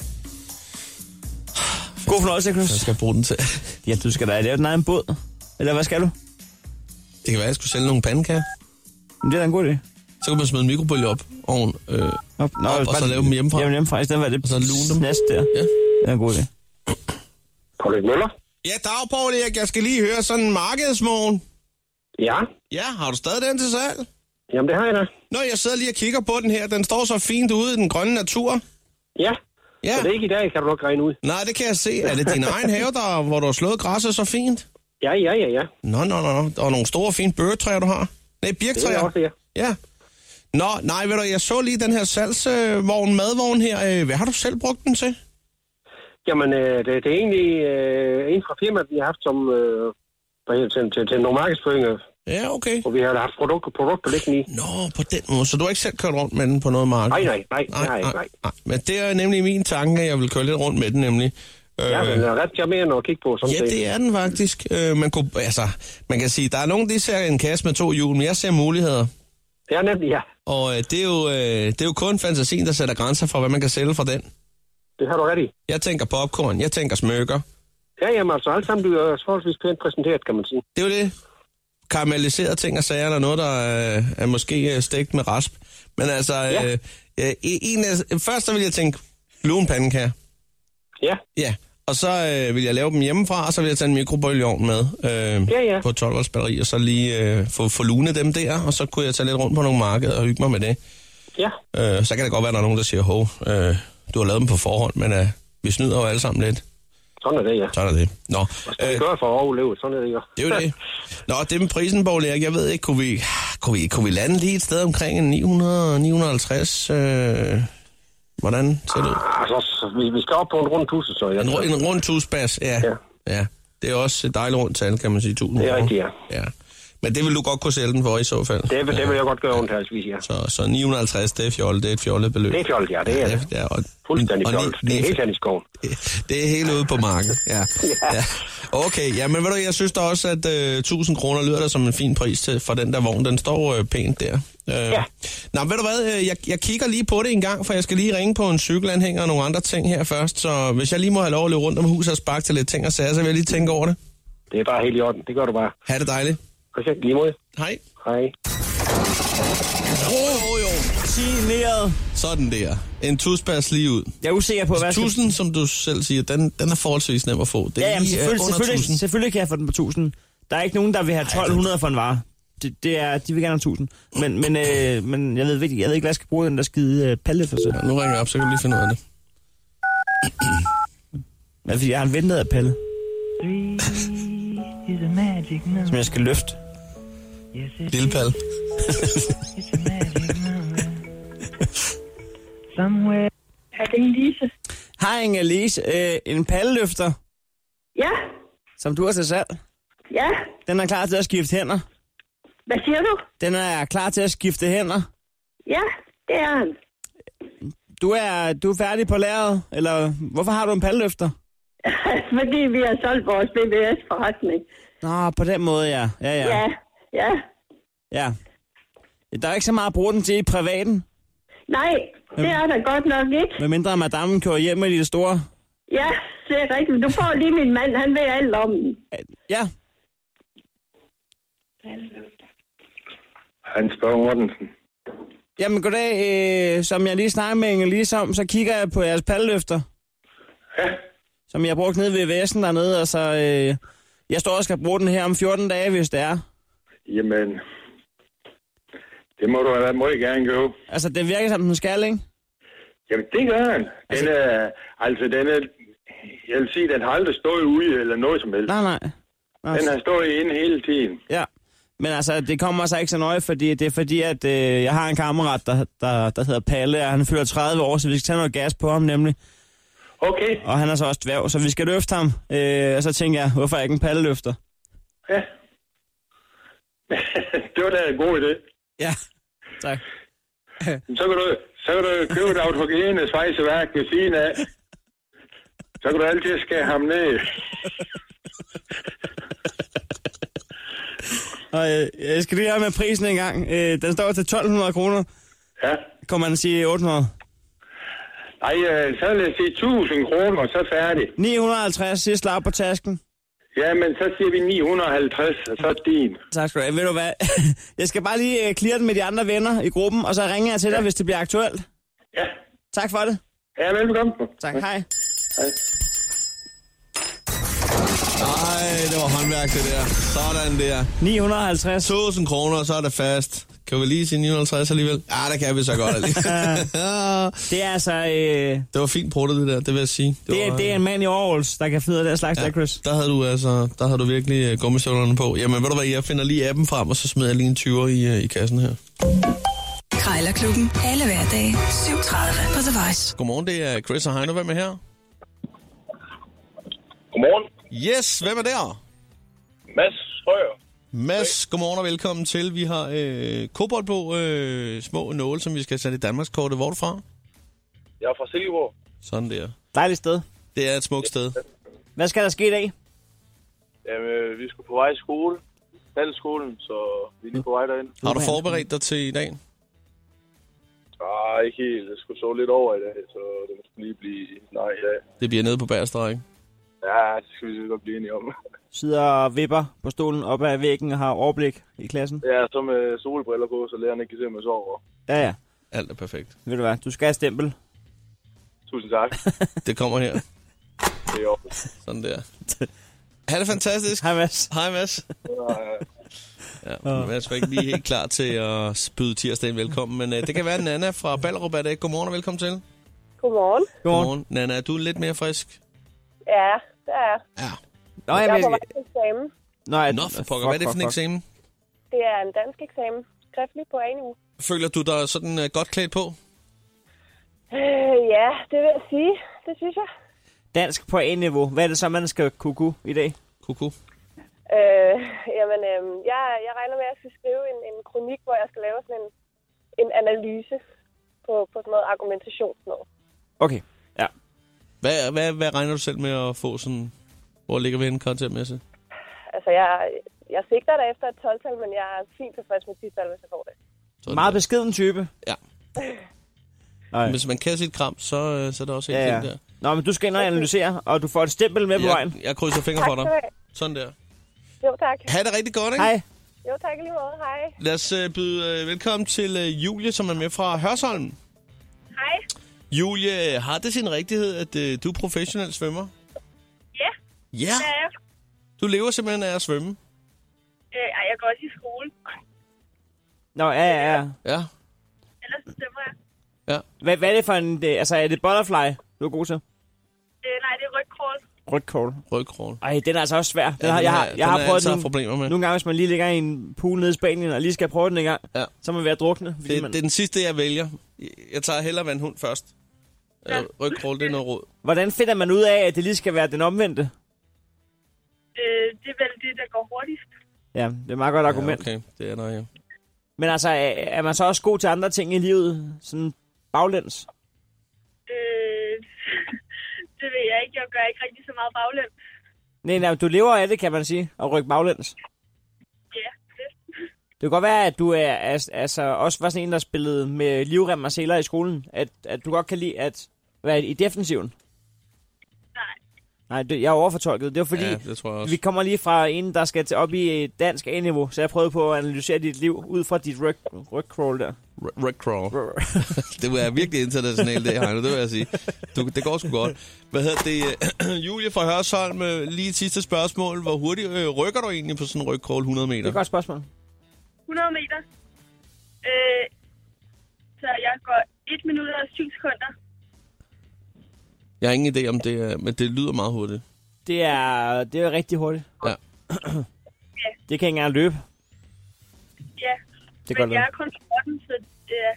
S3: God fornøjelse,
S2: Hvad
S3: Chris.
S2: skal jeg bruge den til?
S3: Ja, du skal da lave den egen båd. Eller hvad skal du?
S2: Det kan være, at jeg skulle sælge nogle pandekager.
S3: Men det er da en god idé.
S2: Så kan man smide en mikrobølge op oven. Øh,
S3: Op,
S2: Op, og så lave dem hjemmefra.
S3: Jamen hjemmefra, i stedet for det
S2: Og så lune dem.
S3: snast der.
S2: ja.
S3: Det er en god idé.
S8: Kolde Møller?
S2: Ja, dag, Poul Erik. Jeg skal lige høre sådan en markedsvogn.
S8: Ja.
S2: Ja, har du stadig den til salg?
S8: Jamen, det har jeg da.
S2: Nå, jeg sidder lige og kigger på den her. Den står så fint ude i den grønne natur.
S8: Ja.
S2: Ja.
S8: Så det er ikke i dag, kan du nok regne ud.
S2: Nej, det kan jeg se. Er det din egen have, der, hvor du har slået græsset så fint?
S8: Ja, ja, ja, ja.
S2: Nå, nå, nå. Der er nogle store, fine bøgetræer, du har. Nej, birktræer.
S8: Det er også, ja.
S2: Ja. Nå, nej, ved du, jeg så lige den her salgsvogn, madvogn her. Hvad har du selv brugt den til?
S8: Jamen, øh, det, det er egentlig øh, en fra firmaet, vi har haft som øh, til, til, til nogle markedsføringer.
S2: Ja, okay.
S8: Og vi har haft produkter, produkter liggende i.
S2: Nå, på den måde. Så du har ikke selv kørt rundt med den på noget marked?
S8: Nej, nej, nej, nej, nej, nej.
S2: nej. Men det er nemlig min tanke, at jeg vil køre lidt rundt med den, nemlig.
S8: Ja, men det er ret charmerende at kigge på. Sådan
S2: ja, set. Det er den faktisk. Øh, man, kunne, altså, man kan sige, der er nogen, der ser en kasse med to hjul, men jeg ser muligheder.
S8: Ja, nemlig, ja.
S2: Og øh, det, er jo, øh, det er jo kun fantasien, der sætter grænser for, hvad man kan sælge fra den.
S8: Det har du ret i.
S2: Jeg tænker popcorn, jeg tænker smykker.
S8: Ja, jamen altså, alt sammen bliver forholdsvis pænt præsenteret, kan man sige.
S2: Det er jo det. Karamelliserede ting og sager, der er noget, der er, er måske stegt med rasp. Men altså, ja. øh, en af, først så vil jeg tænke, lun pandekager.
S8: Ja.
S2: Ja, og så øh, vil jeg lave dem hjemmefra, og så vil jeg tage en mikrobølgeovn med øh,
S8: ja, ja.
S2: på tolv volts batteri, og så lige øh, få, få lunet dem der, og så kunne jeg tage lidt rundt på nogle markeder og hygge mig med det.
S8: Ja.
S2: Øh, så kan det godt være, at der er nogen, der siger, hov, øh, du har lavet dem på forhånd, men øh, vi snyder jo alle sammen lidt.
S8: Sådan er det, ja.
S2: Sådan er det. Nå.
S8: Hvad skal vi gøre for at overleve? Sådan er det, ja.
S2: Det er jo det. Nå, det med prisen, Poul Erik, jeg ved ikke, kunne vi, kunne vi, kunne vi lande lige et sted omkring ni hundrede til ni hundrede og halvtreds? Øh, hvordan ser det ud?
S8: Ah, altså, vi, vi skal op på en rund tusse, så jeg...
S2: En, en rund tusbas, ja. ja. Ja. Det er også et dejligt rundt tal, kan man sige, tusind.
S8: Det er rigtigt, ja.
S2: Ja. Men det vil du godt kunne sælge den for i så fald.
S8: Det, det vil jeg godt gøre undtagelsesvis, ja.
S2: Så, så ni hundrede og halvtreds, det er fjollet, det er et fjollet beløb.
S8: Det er fjollet, ja, det er det.
S2: Ja, og,
S8: fuldstændig fjollet. Det er helt hen i skoven.
S2: Det er helt ude på marken, ja. ja. ja. Okay, ja, men ved du, jeg synes da også, at uh, tusind kroner lyder der som en fin pris til, for den der vogn. Den står uh, pænt der. Uh,
S8: ja.
S2: Nå, ved du hvad, jeg, jeg kigger lige på det en gang, for jeg skal lige ringe på en cykelanhænger og nogle andre ting her først. Så hvis jeg lige må have lov at løbe rundt om huset og sparke til lidt ting og sager, så vil jeg lige tænke over det.
S8: Det er bare helt i orden. Det gør du bare.
S2: Ha' det dejligt.
S8: Perfekt, lige måde.
S2: Hej.
S8: Hej.
S2: Jo, jo, jo.
S3: Signeret.
S2: Sådan der. En tusbas lige ud.
S3: Jeg er usikker på, hvad
S2: tusind, skal... som du selv siger, den, den er forholdsvis nem at få. Det er
S3: ja, jamen, selvfølgelig,
S2: under
S3: selvfølgelig, selvfølgelig kan jeg få den på tusind. Der er ikke nogen, der vil have tolv hundrede for en vare. Det, det er, de vil gerne have tusind. Men, men, øh, men jeg, ved, jeg ved ikke, hvad jeg skal bruge den der skide øh, palle for. Så.
S2: Ja, nu ringer jeg op, så kan du lige finde ud af det.
S3: Ja, fordi jeg har en ventet af palle. Som jeg skal løfte.
S2: Lille pal.
S5: Er det Inge-Lise?
S3: Hej Inge-Lise. Øh, en palleløfter.
S5: Ja.
S3: Som du har til salg.
S5: Ja.
S3: Den er klar til at skifte hænder.
S5: Hvad siger du?
S3: Den er klar til at skifte hænder.
S5: Ja, det er han.
S3: Du er, du er færdig på lageret, eller hvorfor har du en palleløfter?
S5: Fordi vi har solgt vores B B S-forretning.
S3: Nå, på den måde, ja. Ja, ja.
S5: Ja, ja.
S3: Ja. Der er ikke så meget at bruge den til i privaten.
S5: Nej, det er der godt nok ikke.
S3: Med mindre madammen kører hjem med de store.
S5: Ja, det er rigtigt. Du får lige min mand, han ved alt om den.
S3: Ja.
S8: Hans Børge Mortensen.
S3: Jamen goddag, øh, som jeg lige snakker med Inge-Lise om, så kigger jeg på jeres palleløfter.
S8: Ja.
S3: Som jeg har brugt nede ved væsen dernede, og så øh, jeg står og skal bruge den her om fjorten dage, hvis det er.
S8: Jamen, det må du have meget gerne gøre.
S3: Altså, det virker som den skal, ikke?
S8: Jamen, det gør han. Den altså, er, altså, den er, jeg vil sige, den har aldrig stået ude eller noget som helst.
S3: Nej, nej. Altså.
S8: Den har stået inde hele tiden.
S3: Ja, men altså, det kommer så ikke så nøje, fordi det er fordi, at øh, jeg har en kammerat, der, der, der hedder Palle, og han fylder tredive år, så vi skal tage noget gas på ham, nemlig.
S8: Okay.
S3: Og han er så også dværg, så vi skal løfte ham. Øh, og så tænker jeg, hvorfor er jeg ikke en palleløfter?
S8: Ja. Det var da en god idé.
S3: Ja, tak.
S8: Så kan du, så kan du købe et autogene svejseværk ved siden af. Så kan du altid skære ham ned.
S3: Og øh, jeg skal lige høre med prisen en gang. Øh, den står til tolv hundrede kroner.
S8: Ja.
S3: Kommer man sige otte hundrede?
S8: Nej, så vil jeg sige tusind kroner, og så færdig.
S3: ni hundrede og halvtreds, sidst slag på tasken.
S8: Ja, men så siger vi ni hundrede og halvtreds, og så er din.
S3: Tak skal du have. Ved du hvad? Jeg skal bare lige cleare den med de andre venner i gruppen, og så ringer jeg til dig, ja. Hvis det bliver aktuelt.
S8: Ja.
S3: Tak for det.
S8: Ja, velkommen.
S3: Tak, hej.
S8: Hej.
S2: Ej, det var håndværk, det der. Sådan der.
S3: ni hundrede og halvtreds.
S2: tusind kroner, så er det fast. Kan vi lige sige ni hundrede og halvtreds alligevel? Ja, det kan vi så godt alligevel.
S3: Det er altså... Øh,
S2: det var fint pruttet, det der, det vil jeg sige. Det,
S3: det,
S2: var,
S3: det er en mand i overholds, der kan finde ud af det slags,
S2: ja,
S3: der, Chris.
S2: Der havde du altså, der havde du virkelig uh, gummistøvlerne på. Jamen, ved du hvad, jeg finder lige appen frem, og så smider jeg lige en tyver i, uh, i kassen her.
S1: Krejlerklubben. Alle hverdage. syv tredive på The Voice.
S2: Godmorgen, det er Chris og Heino. Hvem er her?
S8: Godmorgen.
S2: Yes, hvem er der?
S8: Mads Frøer.
S2: Mads, godmorgen og velkommen til. Vi har øh, koboldblå øh, små nåle, som vi skal sætte i Danmarkskortet. Hvor er du fra?
S8: Jeg er fra Silkeborg.
S2: Sådan der.
S3: Dejligt sted.
S2: Det er et smukt sted.
S3: Hvad skal der ske i dag?
S8: Jamen, vi skulle på vej i skole. Handelsskolen, så vi er lige på vej derind.
S2: Har du forberedt dig til i dag?
S8: Nej, ikke helt. Jeg skulle sove lidt over i dag, så det må lige blive nej i dag.
S2: Det bliver nede på bagerstræk.
S8: Ja, det skal vi så godt blive enige om.
S3: Sidder og vipper på stolen op ad væggen og har overblik i klassen?
S8: Ja, så med solbriller på, så lærerne ikke kan se mig sover.
S3: Ja, ja.
S2: Alt er perfekt.
S3: Ved du hvad, du skal have stempel.
S8: Tusind tak.
S2: Det kommer her.
S8: Det er jo.
S2: Sådan der. Ha' det fantastisk.
S3: Hej Mads.
S2: Hej Mads. Ja, ja. Jeg er ikke lige helt klar til at byde tirsdagen velkommen, men uh, det kan være Nana fra Ballerup er det. Godmorgen og velkommen til.
S5: Godmorgen.
S2: Godmorgen. Nana, er du lidt mere frisk?
S5: Ja, det er jeg.
S2: Ja.
S3: Nå,
S5: Jeg
S3: jeg
S5: er
S3: vil...
S5: på vej til eksamen.
S3: Nå, jeg...
S2: Nå, for pokker. Hvad er det for en eksamen?
S5: Det er en dansk eksamen. Skriftlig på A N U.
S2: Føler du dig sådan uh, godt klædt på?
S5: Øh, ja, det vil jeg sige. Det synes jeg.
S3: Dansk på A-niveau. Hvad er det så, man skal kunne kunne i dag?
S2: Kuku.
S5: Øh, jamen, øh, jeg, jeg regner med, at jeg skal skrive en, en kronik, hvor jeg skal lave sådan en, en analyse på, på sådan noget argumentation. Sådan noget.
S3: Okay, ja.
S2: Hvad, hvad, hvad regner du selv med at få sådan... Hvor ligger vi henne koncertmæssigt?
S5: Altså, jeg, jeg sigter der efter et tolv-tal, men jeg er fint tilfreds med ti-tal, hvis jeg får det.
S2: Sådan
S3: Meget
S2: der.
S3: beskeden type.
S2: Ja.
S3: Nej.
S2: Hvis man kan sit kram, så, så er det også helt
S3: Ja, ja.
S2: fint der.
S3: Nå, men du skal ind og analysere, og du får et stempel med på vejen.
S2: Jeg, jeg krydser fingre for dig. Sådan der.
S5: Jo, tak.
S2: Ha' det rigtig godt, ikke?
S3: Hej.
S5: Jo, tak lige måde. Hej.
S2: Lad os uh, byde uh, velkommen til uh, Julie, som er med fra Hørsholm.
S5: Hej.
S2: Julie, har det sin rigtighed, at uh, du er professionel svømmer?
S5: Ja.
S2: Ja.
S5: Det er jeg.
S2: Du lever simpelthen af at svømme?
S5: Øh, jeg går også i skole.
S3: Nå, ja, ja, ja.
S2: Ja.
S5: Ellers stemmer jeg.
S2: Ja.
S3: Hvad, hvad er det for en... Det, altså, er det butterfly, du er god til?
S5: Øh, nej, det er rygcrawl.
S3: Rygcrawl.
S2: Rygcrawl.
S3: Ej, den er altså også svær. Den
S2: Ja,
S3: har,
S2: den
S3: jeg
S2: er-
S3: har,
S2: den
S3: jeg har
S2: er
S3: prøvet
S2: altså
S3: den
S2: problemer med.
S3: nogle gange, hvis man lige ligger i en pool nede i Spanien, og lige skal prøve den en gang,
S2: Ja.
S3: så må man være drukne.
S2: Det,
S3: Man...
S2: det er den sidste, jeg vælger. Jeg tager hellere vandhund først. Ja. Rygcrawl, det er noget råd.
S3: Hvordan finder man ud af, at det lige skal være den omvendte?
S5: Øh, det er vel det, der går hurtigst.
S3: Ja, det er et meget godt argument.
S2: Ja, okay, det er der, ja.
S3: Men altså, er, er man så også god til andre ting i livet? Sådan baglæns?
S5: Øh, det ved jeg ikke. Jeg gør ikke rigtig så meget baglæns.
S3: Nej, nej, du lever af det, kan man sige, at rykke baglæns.
S5: Ja, det.
S3: Det kan godt være, at du er, er, altså, også var sådan en, der spillede med livrem og seler i skolen. At, at du godt kan lide at være i defensiven.
S5: Nej.
S3: Nej, det, jeg er overfortolket. Det var fordi,
S2: Ja, det tror jeg også.
S3: vi kommer lige fra en, der skal til op i dansk A-niveau. Så jeg prøvede på at analysere dit liv ud fra dit ryg, rygcrawl der.
S2: R- Rygcrawl. Det er virkelig internationalt, det her, det vil jeg sige. Du, det går sgu godt. Hvad hedder det? Julie fra Hørsholm, lige et sidste spørgsmål. Hvor hurtigt øh, rykker du egentlig på sådan en rygcrawl hundrede meter?
S3: Det er et godt spørgsmål.
S5: hundrede meter. Øh, så jeg går et minut og syv sekunder.
S2: Jeg har ingen idé om det, er, men det lyder meget hurtigt.
S3: Det er, det er rigtig hurtigt.
S2: Ja.
S3: Det kan ikke engang løbe.
S5: Ja,
S3: Det
S5: men jeg er kun fjorten, så det er...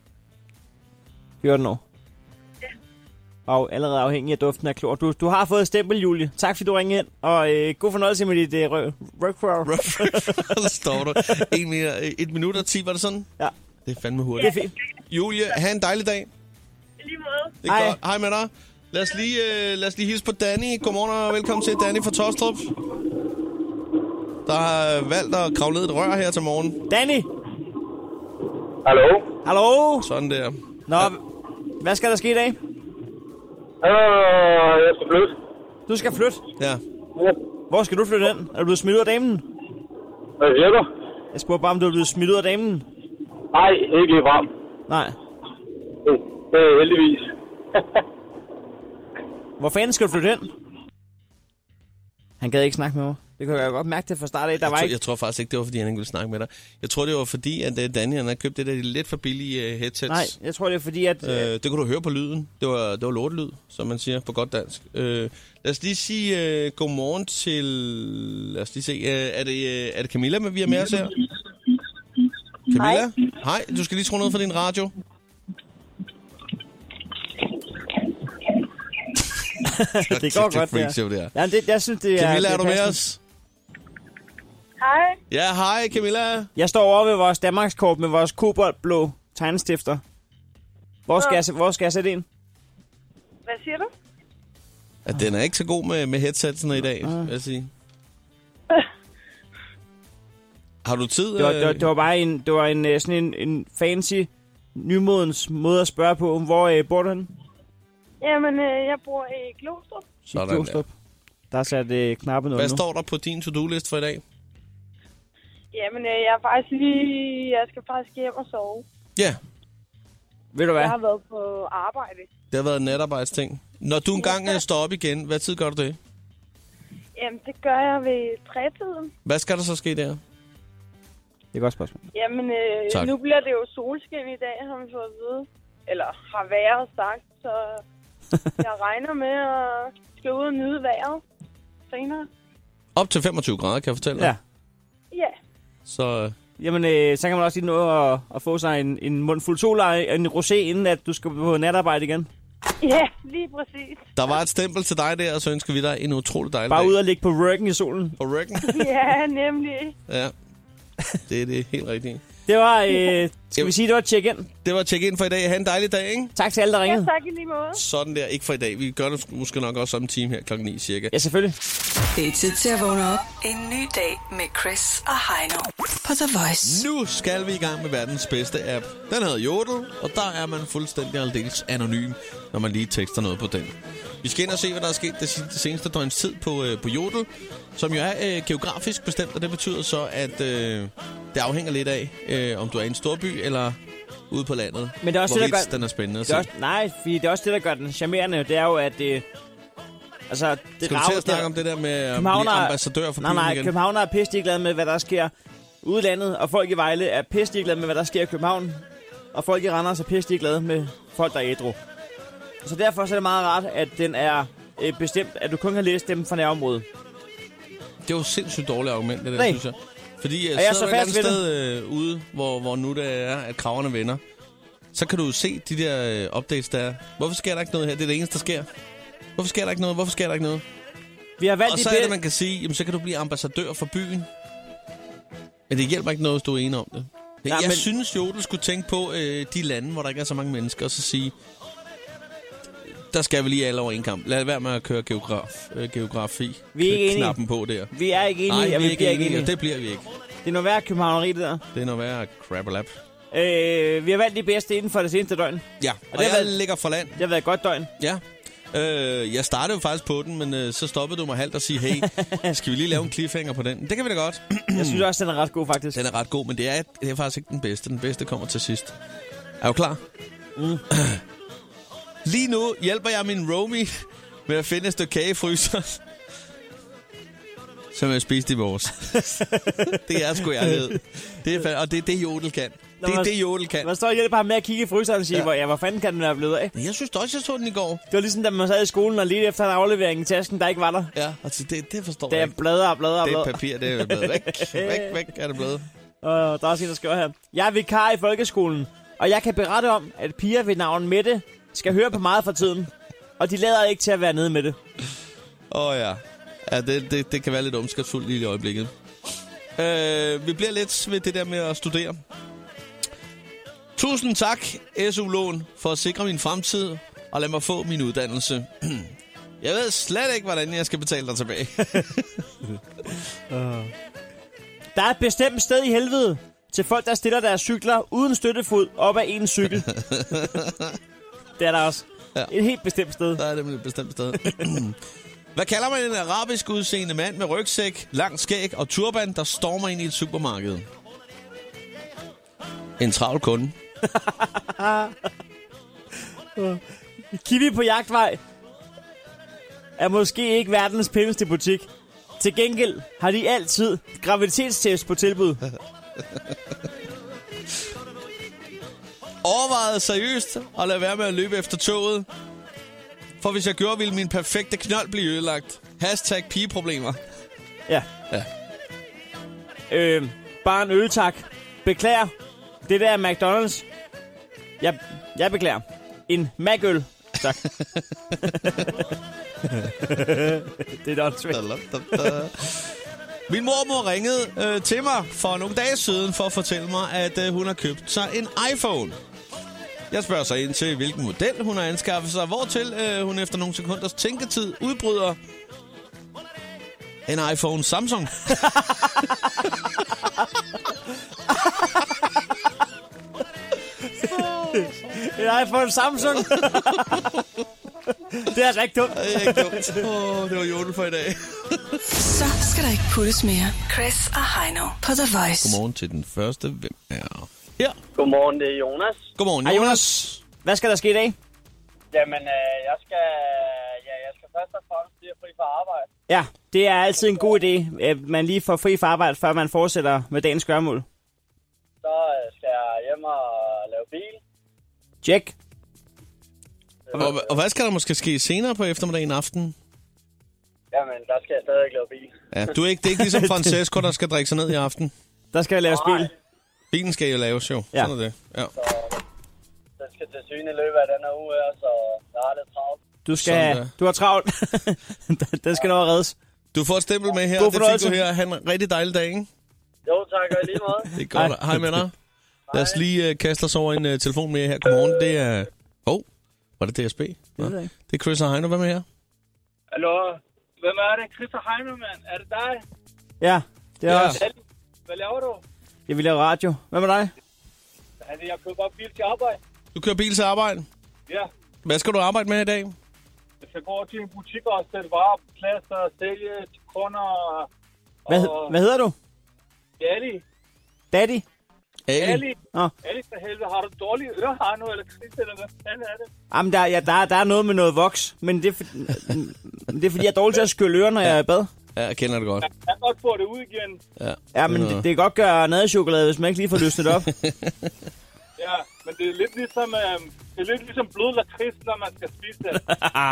S3: fjorten år.
S5: Ja.
S3: Og allerede afhængig af duften af klor. Du, du har fået et stempel, Julie. Tak fordi du ringede ind. Og øh, god fornøjelse med dit øh, rygcrawl.
S2: Der står du. En mere, et minut og ti, var det sådan?
S3: Ja.
S2: Det er fandme hurtigt.
S3: Det er fint.
S2: Julie, have en dejlig dag.
S5: I lige måde.
S2: Det er
S3: Hej.
S2: godt. Hej med dig. Lad os, lige, øh, lad os lige hilse på Danny. Godmorgen og velkommen til Danny fra Tostrup. Der har valgt at kravle ned et rør her til morgen.
S3: Danny!
S8: Hallo?
S3: Hallo?
S2: Sådan der.
S3: Nå, ja. Hvad skal der ske i dag?
S8: Øh, jeg skal flytte.
S3: Du skal flytte.
S2: Ja.
S8: Ja.
S3: Hvor skal du flytte hen? Er du blevet smidt ud af damen?
S8: Hvad siger du?
S3: Jeg spurgte bare, om du er blevet smidt ud af damen.
S8: Nej, ikke lige frem.
S3: Nej.
S8: Det, det er heldigvis.
S3: Hvor fanden skal du flytte hen? Han gad ikke snakke med mig. Det kunne jeg godt mærke det fra start af. Der
S2: Jeg,
S3: var
S2: tror,
S3: ikke...
S2: jeg tror faktisk ikke, det var, fordi han ikke ville snakke med dig. Jeg tror, det var fordi, at uh, Danny han havde købt det der lidt for billige uh, headsets.
S3: Nej, jeg tror, det er fordi, at...
S2: Uh, det kunne du høre på lyden. Det var, det var lortelyd, som man siger på godt dansk. Uh, lad os lige sige uh, godmorgen til... Lad os lige se. Uh, er, det, uh, er det Camilla, vi er med os her? Camilla? Hej. Hej, du skal lige skrue ned for din radio.
S3: det går godt, det
S2: her. Det
S3: ja, det, jeg synes, det er...
S2: Camilla,
S3: det
S2: er du med os?
S6: Hej.
S2: Ja, hej Camilla.
S3: Jeg står over ved vores Danmarkskort med vores koboldblå tegnestifter. Hvor skal, jeg, hvor skal jeg sætte en?
S6: Hvad siger du?
S2: At den er ikke så god med, med headsetsene i dag, vil jeg sige. Har du tid?
S3: Det var, det var, det var bare en, det var en, sådan en, en fancy, nymodens måde at spørge på. Hvor øh, bor du henne?
S6: Jamen, øh, jeg bor i Glostrup.
S2: Sådan
S3: I Glostrup. Der. Der er sat øh, knappe noget
S2: Hvad
S3: nu.
S2: står der på din to-do-list for i dag?
S6: Jamen, øh, jeg er faktisk lige... Jeg skal faktisk hjem og sove.
S2: Ja.
S3: Ved du hvad?
S6: Jeg har været på arbejde.
S2: Det har været en natarbejdsting. Når du engang ja. står op igen, hvad tid gør du det?
S6: Jamen, det gør jeg ved trætiden.
S2: Hvad skal der så ske der?
S3: Det er et godt spørgsmål.
S6: Jamen, øh, nu bliver det jo solskin i dag, har vi fået at vide. Eller har været sagt, så jeg regner med at skal ud og nyde vejret senere.
S2: Op til femogtyve grader, kan jeg fortælle dig.
S3: Ja.
S6: Ja.
S2: Så...
S3: Jamen, øh, så kan man også lige nå at, at få sig en, en mundfuld sol og en rosé, inden at du skal på natarbejde igen.
S6: Ja, lige præcis.
S2: Der var et stempel til dig der, og så ønsker vi dig en utrolig dejlig
S3: Bare
S2: dag.
S3: ud og ligge på ryggen i solen.
S2: På ryggen?
S6: Ja, nemlig.
S2: Ja, det er det helt rigtigt.
S3: Det var, øh, skal vi sige, det var check-in?
S2: Det var check-in for i dag. Ha' en dejlig dag, ikke?
S3: Tak til alle, der ringede.
S6: Ja, tak i lige måde.
S2: Sådan der, ikke for i dag. Vi gør det måske nok også om en time her klokken ni cirka.
S3: Ja, selvfølgelig.
S1: Det er tid til at vågne op. En ny dag med Chris og Heino på The Voice.
S2: Nu skal vi i gang med verdens bedste app. Den hedder Jodel, og der er man fuldstændig aldeles anonym, når man lige tekster noget på den. Vi skal ind og se, hvad der er sket det seneste døgns tid på, øh, på Jodel, som jo er øh, geografisk bestemt, og det betyder så, at øh, det afhænger lidt af, øh, om du er i en storby eller ude på landet.
S3: Men det er også det, der gør...
S2: den er spændende at
S3: det er
S2: se.
S3: også, nej, fordi det er også det, der gør den charmerende. Det er jo, at det... Altså, det
S2: skal du til at snakke om det der med at blive ambassadør for
S3: nej,
S2: byen
S3: nej,
S2: igen?
S3: Københavner er pisse glade med, hvad der sker ude i landet, og folk i Vejle er pisse glade med, hvad der sker i København. Og folk i Randers er pisse glade med folk, der er ædru. Så derfor så er det meget rart, at den er øh, bestemt, at du kun kan læse dem fra nærområdet.
S2: Det er jo sindssygt dårligt argument, det der,
S3: Nej.
S2: synes jeg. Fordi
S3: jeg
S2: jeg sidder et
S3: så
S2: eller andet sted øh, ude, hvor, hvor nu det er, at kraverne vender. Så kan du se de der øh, updates, der er. Hvorfor sker der ikke noget her? Det er det eneste, der sker. Hvorfor sker der ikke noget? Hvorfor sker der ikke noget?
S3: Vi har valgt
S2: og
S3: de
S2: så er det, man kan sige, jamen, så kan du blive ambassadør for byen. Men det hjælper ikke noget, hvis du er enig om det.
S3: Nej,
S2: jeg
S3: men...
S2: synes jo, du skulle tænke på øh, de lande, hvor der ikke er så mange mennesker, og så sige, der skal vi lige alle over en kamp. Lad være med at køre geograf, øh, geografi.
S3: Vi er ikke enige.
S2: Knappen på der.
S3: Vi er ikke enige.
S2: Nej, vi er
S3: vi
S2: ikke enige, enige. Det bliver vi ikke.
S3: Det er noget værd københavneri, det der.
S2: Det er noget værd crap-a-lap.
S3: Øh, vi har valgt de bedste inden for det seneste døgn.
S2: Ja, og, og
S3: det
S2: jeg
S3: været,
S2: ligger for land.
S3: Det har været et godt døgn.
S2: Ja. Øh, jeg startede jo faktisk på den, men øh, så stoppede du mig halvt og sige, hey, skal vi lige lave en cliffhanger på den? Det kan vi da godt.
S3: Jeg synes også, den er ret god, faktisk.
S2: Den er ret god, men det er, det er faktisk ikke den bedste. Den bedste kommer til sidst. Er du klar?
S3: Mm.
S2: Lige nu hjælper jeg min roomie med at finde et stykke kage i fryseren, som jeg spiste i morges. Det er sgu jeg ved. Det er, og det er det, Jodel kan.
S3: Nå,
S2: det er
S3: man,
S2: det, Jodel kan.
S3: Man står og hjælper ham med at kigge i fryseren og sige, ja. Hvor, ja, hvor fanden kan den være blevet af?
S2: Jeg synes også, jeg så den i går.
S3: Det var ligesom, da man sad i skolen og lige efter en aflevering i tasken, der ikke var der.
S2: Ja, altså det, det forstår
S3: det
S2: jeg
S3: ikke. Det er bladre og bladre og
S2: bladre. Det er papir, det er blevet væk. Væk, væk er det blevet.
S3: Og der er også en, der skriver her. Jeg er vikar i folkeskolen, og jeg kan berette om, at piger ved navn Mette skal høre på meget for tiden. Og de lader ikke til at være nede med det.
S2: Åh oh, ja. Ja, det, det, det kan være lidt omskabsfuldt lige i øjeblikket. Øh, vi bliver lidt ved det der med at studere. Tusind tak, S U-lån, for at sikre min fremtid og lad mig få min uddannelse. Jeg ved slet ikke, hvordan jeg skal betale dig tilbage.
S3: Der er et bestemt sted i helvede til folk, der stiller deres cykler uden støttefod op ad en cykel. Det er der også. Ja. Et helt bestemt sted.
S2: Der er nemlig et bestemt sted. Hvad kalder man en arabisk udseende mand med rygsæk, lang skæg og turban, der stormer ind i et supermarked? En travl kunde.
S3: Kiwi på jagtvej er måske ikke verdens pæneste butik, Til gengæld har de altid graviditetstest på tilbud.
S2: Overvejede seriøst at lade være med at løbe efter toget. For hvis jeg gjorde, ville min perfekte knold blive ødelagt. Hashtag pigeproblemer.
S3: Ja.
S2: Ja.
S3: Øh, bare en øl, tak. Beklager. Det der er McDonald's. Jeg, jeg beklager. En Mac-øl. Tak. Det er åndssvagt.
S2: Min mormor ringede øh, til mig for nogle dage siden for at fortælle mig, at øh, hun har købt sig en iPhone. Jeg spørger så ind til, hvilken model hun har anskaffet sig, hvortil øh, hun efter nogle sekunders tænketid udbryder en iPhone Samsung.
S3: En iPhone Samsung. Det er altså ikke dumt.
S2: Det er ikke dumt. Oh, det var jodel for i dag.
S1: Så skal der ikke puttes mere. Chris og Heino på The Voice.
S2: Godmorgen til den første. Hvem er her?
S9: Godmorgen, det er Jonas.
S2: Godmorgen,
S3: Hej,
S2: Jonas.
S3: Jonas. Hvad skal der ske i dag?
S9: Jamen, øh, jeg skal, ja, jeg skal først og fremmest blive fri fra arbejde.
S3: Ja, det er altid en god idé, at man lige får fri fra arbejde, før man fortsætter med dagens gørmål.
S9: Så øh, skal jeg hjem og lave bil.
S3: Check.
S2: Og, og hvad skal der måske ske senere på eftermiddagen aften?
S9: Jamen, der skal jeg stadig lave bil.
S2: Ja, du er ikke, det er ikke ligesom Francesco, der skal drikke sig ned i aften.
S3: Der skal jeg lave spil.
S2: Bilen skal jo laves jo.
S3: Ja.
S2: Sådan er det. Ja.
S9: Så den skal til syne i løbet af den her uge her, så der er lidt travlt.
S3: Du skal,
S2: Sådan der.
S3: du har travlt. Den skal nå at reddes.
S2: Du får et stempel med her.
S3: God
S2: Det fik
S3: fornøjelse.
S2: du her. Ha' en rigtig dejlig dag, ikke?
S9: Jo, tak, og i lige måde.
S2: Det er godt. Hej, Hej med dig. Lad os lige uh, kaste os over en uh, telefon med her. Godmorgen. Det er... Åh, oh, var det D S B? Ja.
S3: Det er ikke.
S2: Det er Chris og Heino. Hvad med her?
S10: Hallo? Hvem er det? Chris og Heino, mand? Er det dig?
S3: Ja, det er
S2: Ja.
S3: også.
S10: Hvad laver du?
S3: Jeg vil lave radio. Hvad med dig?
S10: Altså, jeg køber bare bil til arbejde.
S2: Du kører bil til arbejde.
S10: Ja.
S2: Hvad skal du arbejde med i dag?
S10: Jeg skal gå til en butik og sætte varer på plads og sælge til kunder og...
S3: Hvad,
S10: og
S3: hvad hedder du?
S10: Ali.
S3: Daddy?
S2: Ali.
S10: Ali.
S3: Nå.
S10: Ali, for helvede. Har du dårlige ører, Heino, eller Chris, eller hvad fanden er det?
S3: Jamen, der, ja, der, der er noget med noget voks, men det er, for, det er fordi, jeg er dårlig til at skylle ører, når jeg er i bad.
S2: Ja, jeg kender det godt.
S10: Jeg kan godt få det ud igen.
S2: Ja,
S3: Ja, men det, det kan godt gøre nadechokolade, hvis man ikke lige får løsnet op.
S10: Ja, men det er lidt ligesom, øh, det er lidt ligesom blød lakrids, når man skal spise det.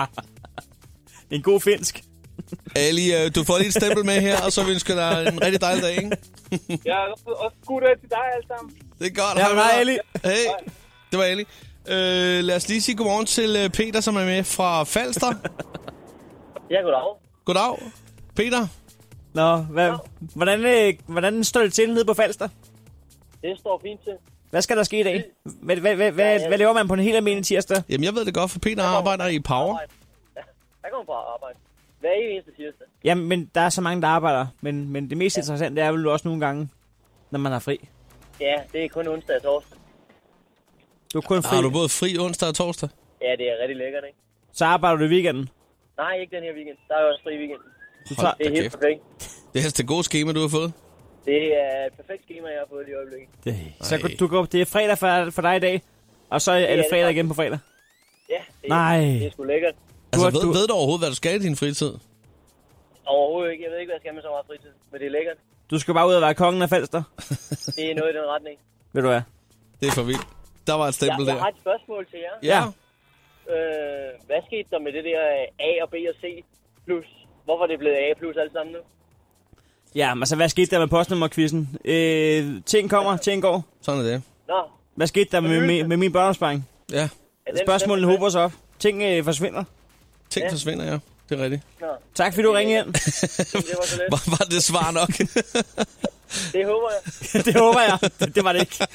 S3: En god finsk.
S2: Ali, øh, du får lige et stempel med her, og så vil jeg ønske dig en rigtig dejlig dag, ikke?
S10: Ja, også, også god dag til dig alle sammen.
S2: Det er godt.
S3: Ja,
S2: Hej med
S3: hej,
S2: dig.
S3: Ali.
S2: Hey, det var Ali. Øh, lad os lige sige godmorgen til øh, Peter, som er med fra Falster.
S9: Ja, goddag.
S2: Goddag, Peter.
S3: Nå, hvad, hvordan, øh, hvordan står det til nede på Falster?
S9: Det står fint til.
S3: Hvad skal der ske i dag? Hvad, hvad, hvad, hvad, hvad laver man på en helt almindelig tirsdag?
S2: Jamen, jeg ved det godt, for Peter arbejder i Power.
S9: Ja, jeg kommer på arbejde. Hver eneste tirsdag.
S3: Jamen, men der er så mange, der arbejder. Men, men det mest interessante er vel også nogle gange, når man har fri.
S9: Ja, det er kun onsdag og torsdag.
S3: Du er kun fri,
S2: Har du både fri onsdag og torsdag?
S9: Ja, det er rigtig lækkert, ikke?
S3: så arbejder du i weekenden.
S9: Nej, ikke den her weekend. Der er jo også fri i weekenden.
S3: Du
S2: Hold
S3: tager,
S9: Det er
S2: da
S9: helt
S2: kæft.
S9: perfekt.
S2: Det er altså det gode schema, du har fået.
S9: Det er et perfekt schema, jeg har fået i øjeblikket.
S3: det, så
S2: Ej.
S3: du går, det er fredag for, for dig i dag, og så er det
S9: er
S3: fredag
S9: det.
S3: igen på fredag.
S9: Ja, det,
S3: Nej.
S9: det er sgu lækkert.
S2: Altså,
S3: har-
S2: ved,
S3: du-
S2: ved du overhovedet, hvad du skal i din fritid?
S9: Overhovedet ikke. Jeg ved ikke, hvad jeg skal med så meget fritid. Men det er lækkert.
S3: Du skal bare ud og være kongen af Falster.
S9: Det er noget i den retning.
S3: Ved du hvad?
S2: Det er for vildt. Der var et
S9: Jeg,
S2: stempel
S9: jeg
S2: der.
S9: har et spørgsmål til jer.
S2: Ja.
S9: Øh, hvad skete der med det der A og B og C plus? Hvorfor er det blevet A plus alt sammen nu?
S3: Ja, men altså, hvad skete der med postnummerquizzen? Øh, ting kommer, ting går.
S2: Sådan er det.
S9: Nå,
S3: Hvad skete der med, med, med min børneopsparing?
S2: Ja,
S9: er den,
S3: Spørgsmålene
S9: den,
S3: hober sig op. Ting øh, forsvinder.
S2: ting
S9: Ja.
S2: forsvinder, ja. Det er rigtigt.
S9: Nå,
S3: Tak fordi du ringede ind.
S9: det var så lidt.
S2: Var, var det svar nok?
S9: Det håber jeg.
S3: Det håber jeg. Det, det var det ikke.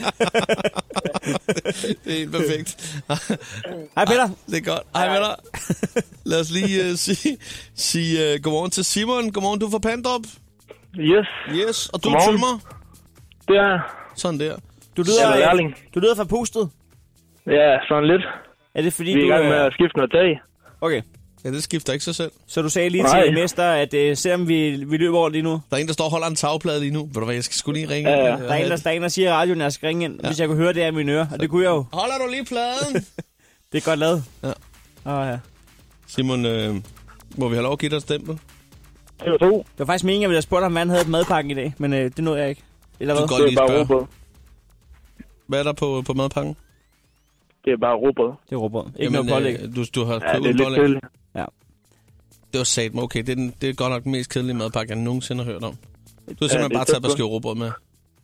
S2: Det er helt perfekt.
S3: Hej Peter.
S2: Det er godt. Hej med dig. Lad os lige uh, sige, sige uh, godmorgen til Simon. Godmorgen, du er fra Pandrup.
S4: Yes,
S2: Yes, og du er
S4: Godmorgen.
S2: tømmer.
S4: det er
S2: Sådan der.
S3: Du
S4: jeg er
S3: lyder,
S4: lærling.
S3: du lyder fra pustet.
S4: Ja, sådan lidt.
S3: Er det fordi
S4: Vi er i
S3: du...
S4: gang med
S3: øh,
S4: at skifte noget tag.
S3: Okay,
S2: Ja, det skifter ikke sig selv.
S3: så du sagde lige
S4: Nej.
S3: til Mester, at øh, selvom vi, vi løber over lige nu,
S2: Der er en, der står og holder en tagplade lige nu. Ved du hvad, jeg skal sgu lige ringe.
S4: Ja, ja.
S2: ind,
S3: der er en, der, der, er en, der siger i radioen, at jeg skal ringe ind, ja. hvis jeg kunne høre det her i mine ører. Og det kunne jeg jo.
S2: Holder du lige pladen?
S3: Det er godt lavet.
S2: Ja.
S3: Åh, ja.
S2: Simon, øh, må vi have lov at give dig et stempel?
S3: T V to. Det var faktisk meningen, at jeg ville have spurgt ham, hvad han havde på madpakken i dag, men øh, det nåede jeg ikke. Eller hvad?
S2: Du kan godt lige
S4: bare
S2: spørge.
S4: råbrød.
S2: Hvad er der på, på madpakken?
S4: Det er bare råbrød.
S3: Det er råbrød. Ikke
S2: Jamen,
S3: noget pålæg.
S2: øh, Du, du har
S4: Ja,
S2: købt
S4: det er lidt
S2: pålæg.
S4: kedeligt.
S3: Ja.
S2: Det var satme okay. Det er, den, det er godt nok den mest kedelige madpakke, jeg nogensinde har hørt om. Du har simpelthen
S4: det er
S2: bare taget et par
S4: fedt,
S2: skiver råbrød med.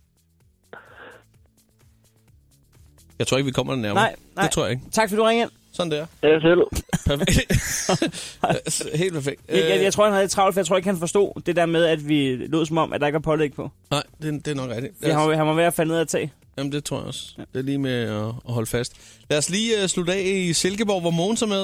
S2: Jeg tror ikke, vi kommer det nærmere.
S3: Nej, nej.
S2: Det tror jeg ikke.
S3: Tak, fordi du ringede ind.
S2: Sådan der.
S4: Ja, selv.
S2: Perfekt. Helt perfekt.
S3: Jeg, jeg, jeg tror, han havde lidt travlt, for jeg tror ikke, han forstod det der med, at vi lød som om, at der ikke er pålæg på.
S2: Nej, det, det er nok rigtigt.
S3: Det, han, var, han var ved at falde ned af tag.
S2: Jamen, det tror jeg også. Ja. Det er lige med at, at holde fast. Lad os lige uh, slutte af i Silkeborg, hvor Mogens er med.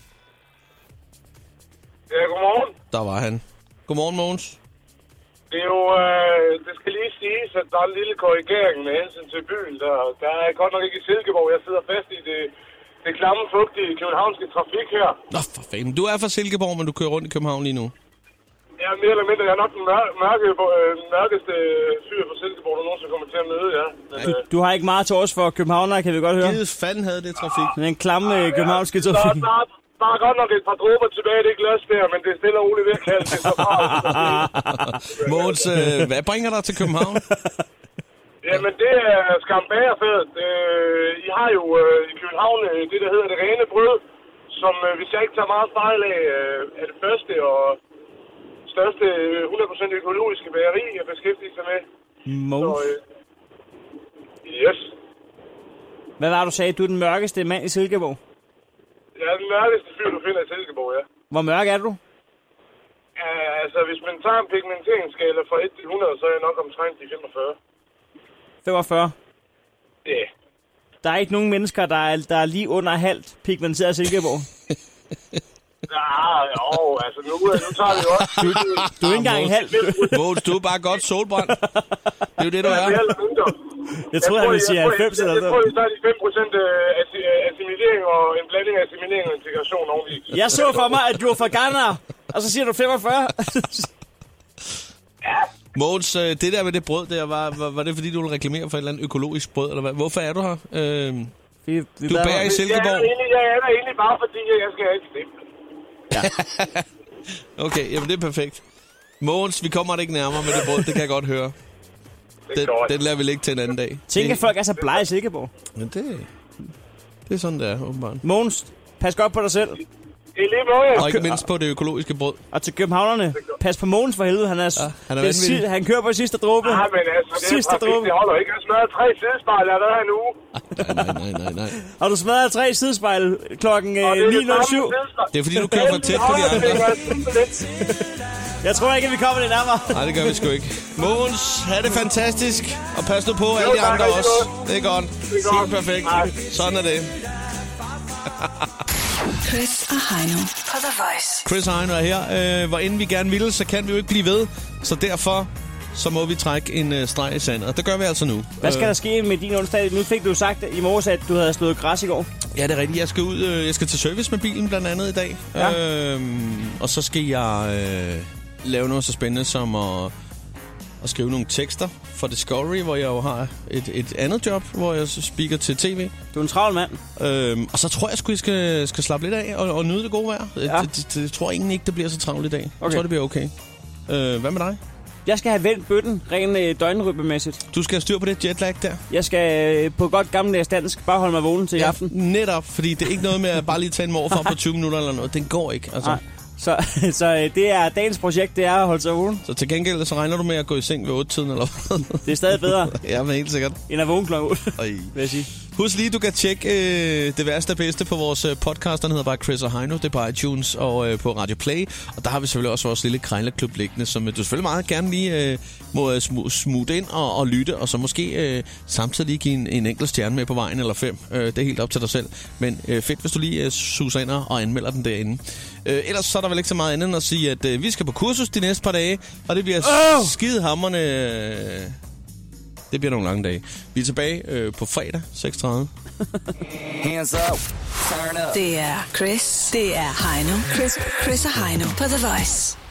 S11: Ja, godmorgen.
S2: Der var han. Godmorgen, Mogens.
S11: Det er jo, øh, det skal lige siges, at der er en lille korrigering med hensyn til byen. Der, der er godt nok ikke i Silkeborg. Jeg sidder fast i det, det klamme, fugtige københavnske trafik her.
S2: Nå, for fanden. Du er fra Silkeborg, men du kører rundt i København lige nu.
S11: Ja, mere eller mindre. Jeg er nok den mør- mørke, øh, mørkeste fyr fra Silkeborg, der nogensinde kommer til at møde, ja. Men,
S3: Du,
S11: øh,
S3: du har ikke meget til os for københavnere, kan vi godt høre.
S2: Givet fanden havde det trafik.
S3: Den klamme øh, københavnske
S11: der,
S3: trafik.
S11: der, der er godt nok et par dråber tilbage i det glas der, men det er stille og roligt ved at kalde det så fra.
S2: Mogens, øh, hvad bringer dig til København?
S11: Jamen, det er skambærefædet. Øh, I har jo øh, i København øh, det, der hedder det rene brød, som, øh, hvis jeg ikke tager meget fejl af, øh, er det første og største øh, hundrede procent økologiske bageri, jeg beskæftiger sig med.
S3: Mogens.
S11: Så, øh, yes.
S3: Hvad var det, du sagde? Du er den mørkeste mand i Silkeborg.
S11: Jeg er den mørkeste fyr, du finder i Silkeborg, ja.
S3: Hvor mørk er du?
S11: Ja, altså, hvis man tager en pigmenteringsskala fra et til hundrede, så er jeg nok omtrent de femogfyrre.
S3: femogfyrre.
S11: Ja. Yeah.
S3: Der er ikke nogen mennesker, der er, der er lige under halvt pigmenteret Silkeborg.
S11: Ja, jo, altså nu, nu tager vi jo også...
S3: Du, du er ikke engang en halv.
S2: Mogens, du er bare godt solbrændt. Det er jo det, du er.
S3: Jeg troede, han ville sige halvfems eller
S11: noget. Jeg tror,
S3: noget.
S11: det er de fem procent assimilering og en blanding af assimilering og integration oveni.
S3: Jeg så for mig, at du var fra Ghana, og så siger du femogfyrre.
S2: Mogens, øh, det der med det brød der, var, var, var det fordi, du ville reklamere for et eller andet økologisk brød, eller hvad? Hvorfor er du her? Øh,
S3: vi, vi
S2: du bærer i Silkeborg.
S11: Jeg er, egentlig, jeg er der egentlig bare fordi, jeg skal have et stempel.
S3: Ja.
S2: Okay, jamen det er perfekt. Mogens, vi kommer det ikke nærmere med det brød, det kan jeg godt høre. Den, den lader vi ligge til en anden dag.
S3: Tænk, at folk er så blege i Silkeborg.
S2: Men det, det er sådan, det er, åbenbart.
S3: Mogens, pas godt på dig selv.
S11: Det er lige måde.
S2: Og ikke mindst på det økologiske brød.
S3: Og til københavnerne, pas på Mogens for helvede. Han, er,
S2: ja, han, er
S3: si- han kører på sidste dråbe.
S11: Nej, men altså, det
S3: sidste
S11: er trafik, det holder ikke. Jeg har smadret tre sidespejl, jeg har været her en uge.
S2: Nej, nej, nej, nej.
S3: Har du smadret tre sidespejl klokken ni nul syv?
S2: Det er fordi, du kører for tæt på de andre.
S3: Jeg tror ikke, at vi kommer det nærmere.
S2: Nej, det gør vi sgu ikke. Mogens, have det fantastisk. Og pas nu på alle de andre også. Det er godt. Helt perfekt. Sådan er det.
S1: Chris og Heino på The Voice.
S2: Chris og Heino er her. Øh, hvor inden vi gerne ville, så kan vi jo ikke blive ved. Så derfor så må vi trække en øh, streg i sandet. Og det gør vi altså nu.
S3: Hvad skal der ske med din onsdag? Nu fik du sagt i morges, at du havde slået græs i går.
S2: Ja, det er rigtigt. Jeg skal ud. Øh, jeg skal til service med bilen blandt andet i dag.
S3: Ja.
S2: Øh, og så skal jeg øh, lave noget så spændende som at, at skrive nogle tekster for Discovery, hvor jeg jo har et, et andet job, hvor jeg speaker til tv.
S3: Du er en travl mand.
S2: Øhm, og så tror jeg sgu, jeg skal, skal slappe lidt af og, og nyde det gode vejr.
S3: Ja.
S2: Det, det, det, jeg tror egentlig ikke, det bliver så travlt i dag. Okay. Jeg tror, det bliver okay. Øh, hvad med dig?
S3: Jeg skal have vendt bøtten, rent øh, døgnrytmemæssigt.
S2: Du skal have styr på det jetlag der?
S3: Jeg skal øh, på godt gammeldags dansk bare holde mig vågen til
S2: ja,
S3: i aften.
S2: Netop, fordi det er ikke noget med at bare lige tage en morfar på tyve minutter eller noget. Den går ikke, altså.
S3: Nej. Så, så øh, det er dagens projekt, det er at holde sig vågen.
S2: Så til gengæld, så regner du med at gå i seng ved otte-tiden, eller hvad?
S3: Det er stadig bedre.
S2: Ja, men helt sikkert.
S3: End at vågne klokken otte, vil jeg sige.
S2: Husk lige, du kan tjekke øh, det værste og bedste på vores podcast. Den hedder bare Chris og Heino. Det er på iTunes og øh, på Radio Play. Og der har vi selvfølgelig også vores lille krejlerklub liggende, som øh, du selvfølgelig meget gerne lige øh, må øh, sm- smutte ind og, og lytte. Og så måske øh, samtidig lige give en, en enkelt stjerne med på vejen eller fem. Øh, det er helt op til dig selv. Men øh, fedt, hvis du lige øh, suser ind og anmelder den derinde. Øh, ellers så er der vel ikke så meget andet end at sige, at øh, vi skal på kursus de næste par dage. Og det bliver oh! skidehamrende... Øh, Det bliver nogle lange dage. Vi er tilbage øh, på fredag seks tredive.
S1: Hands up. Turn up. Det er Chris. Det er Heino. Chris, Chris og Heino på The Voice.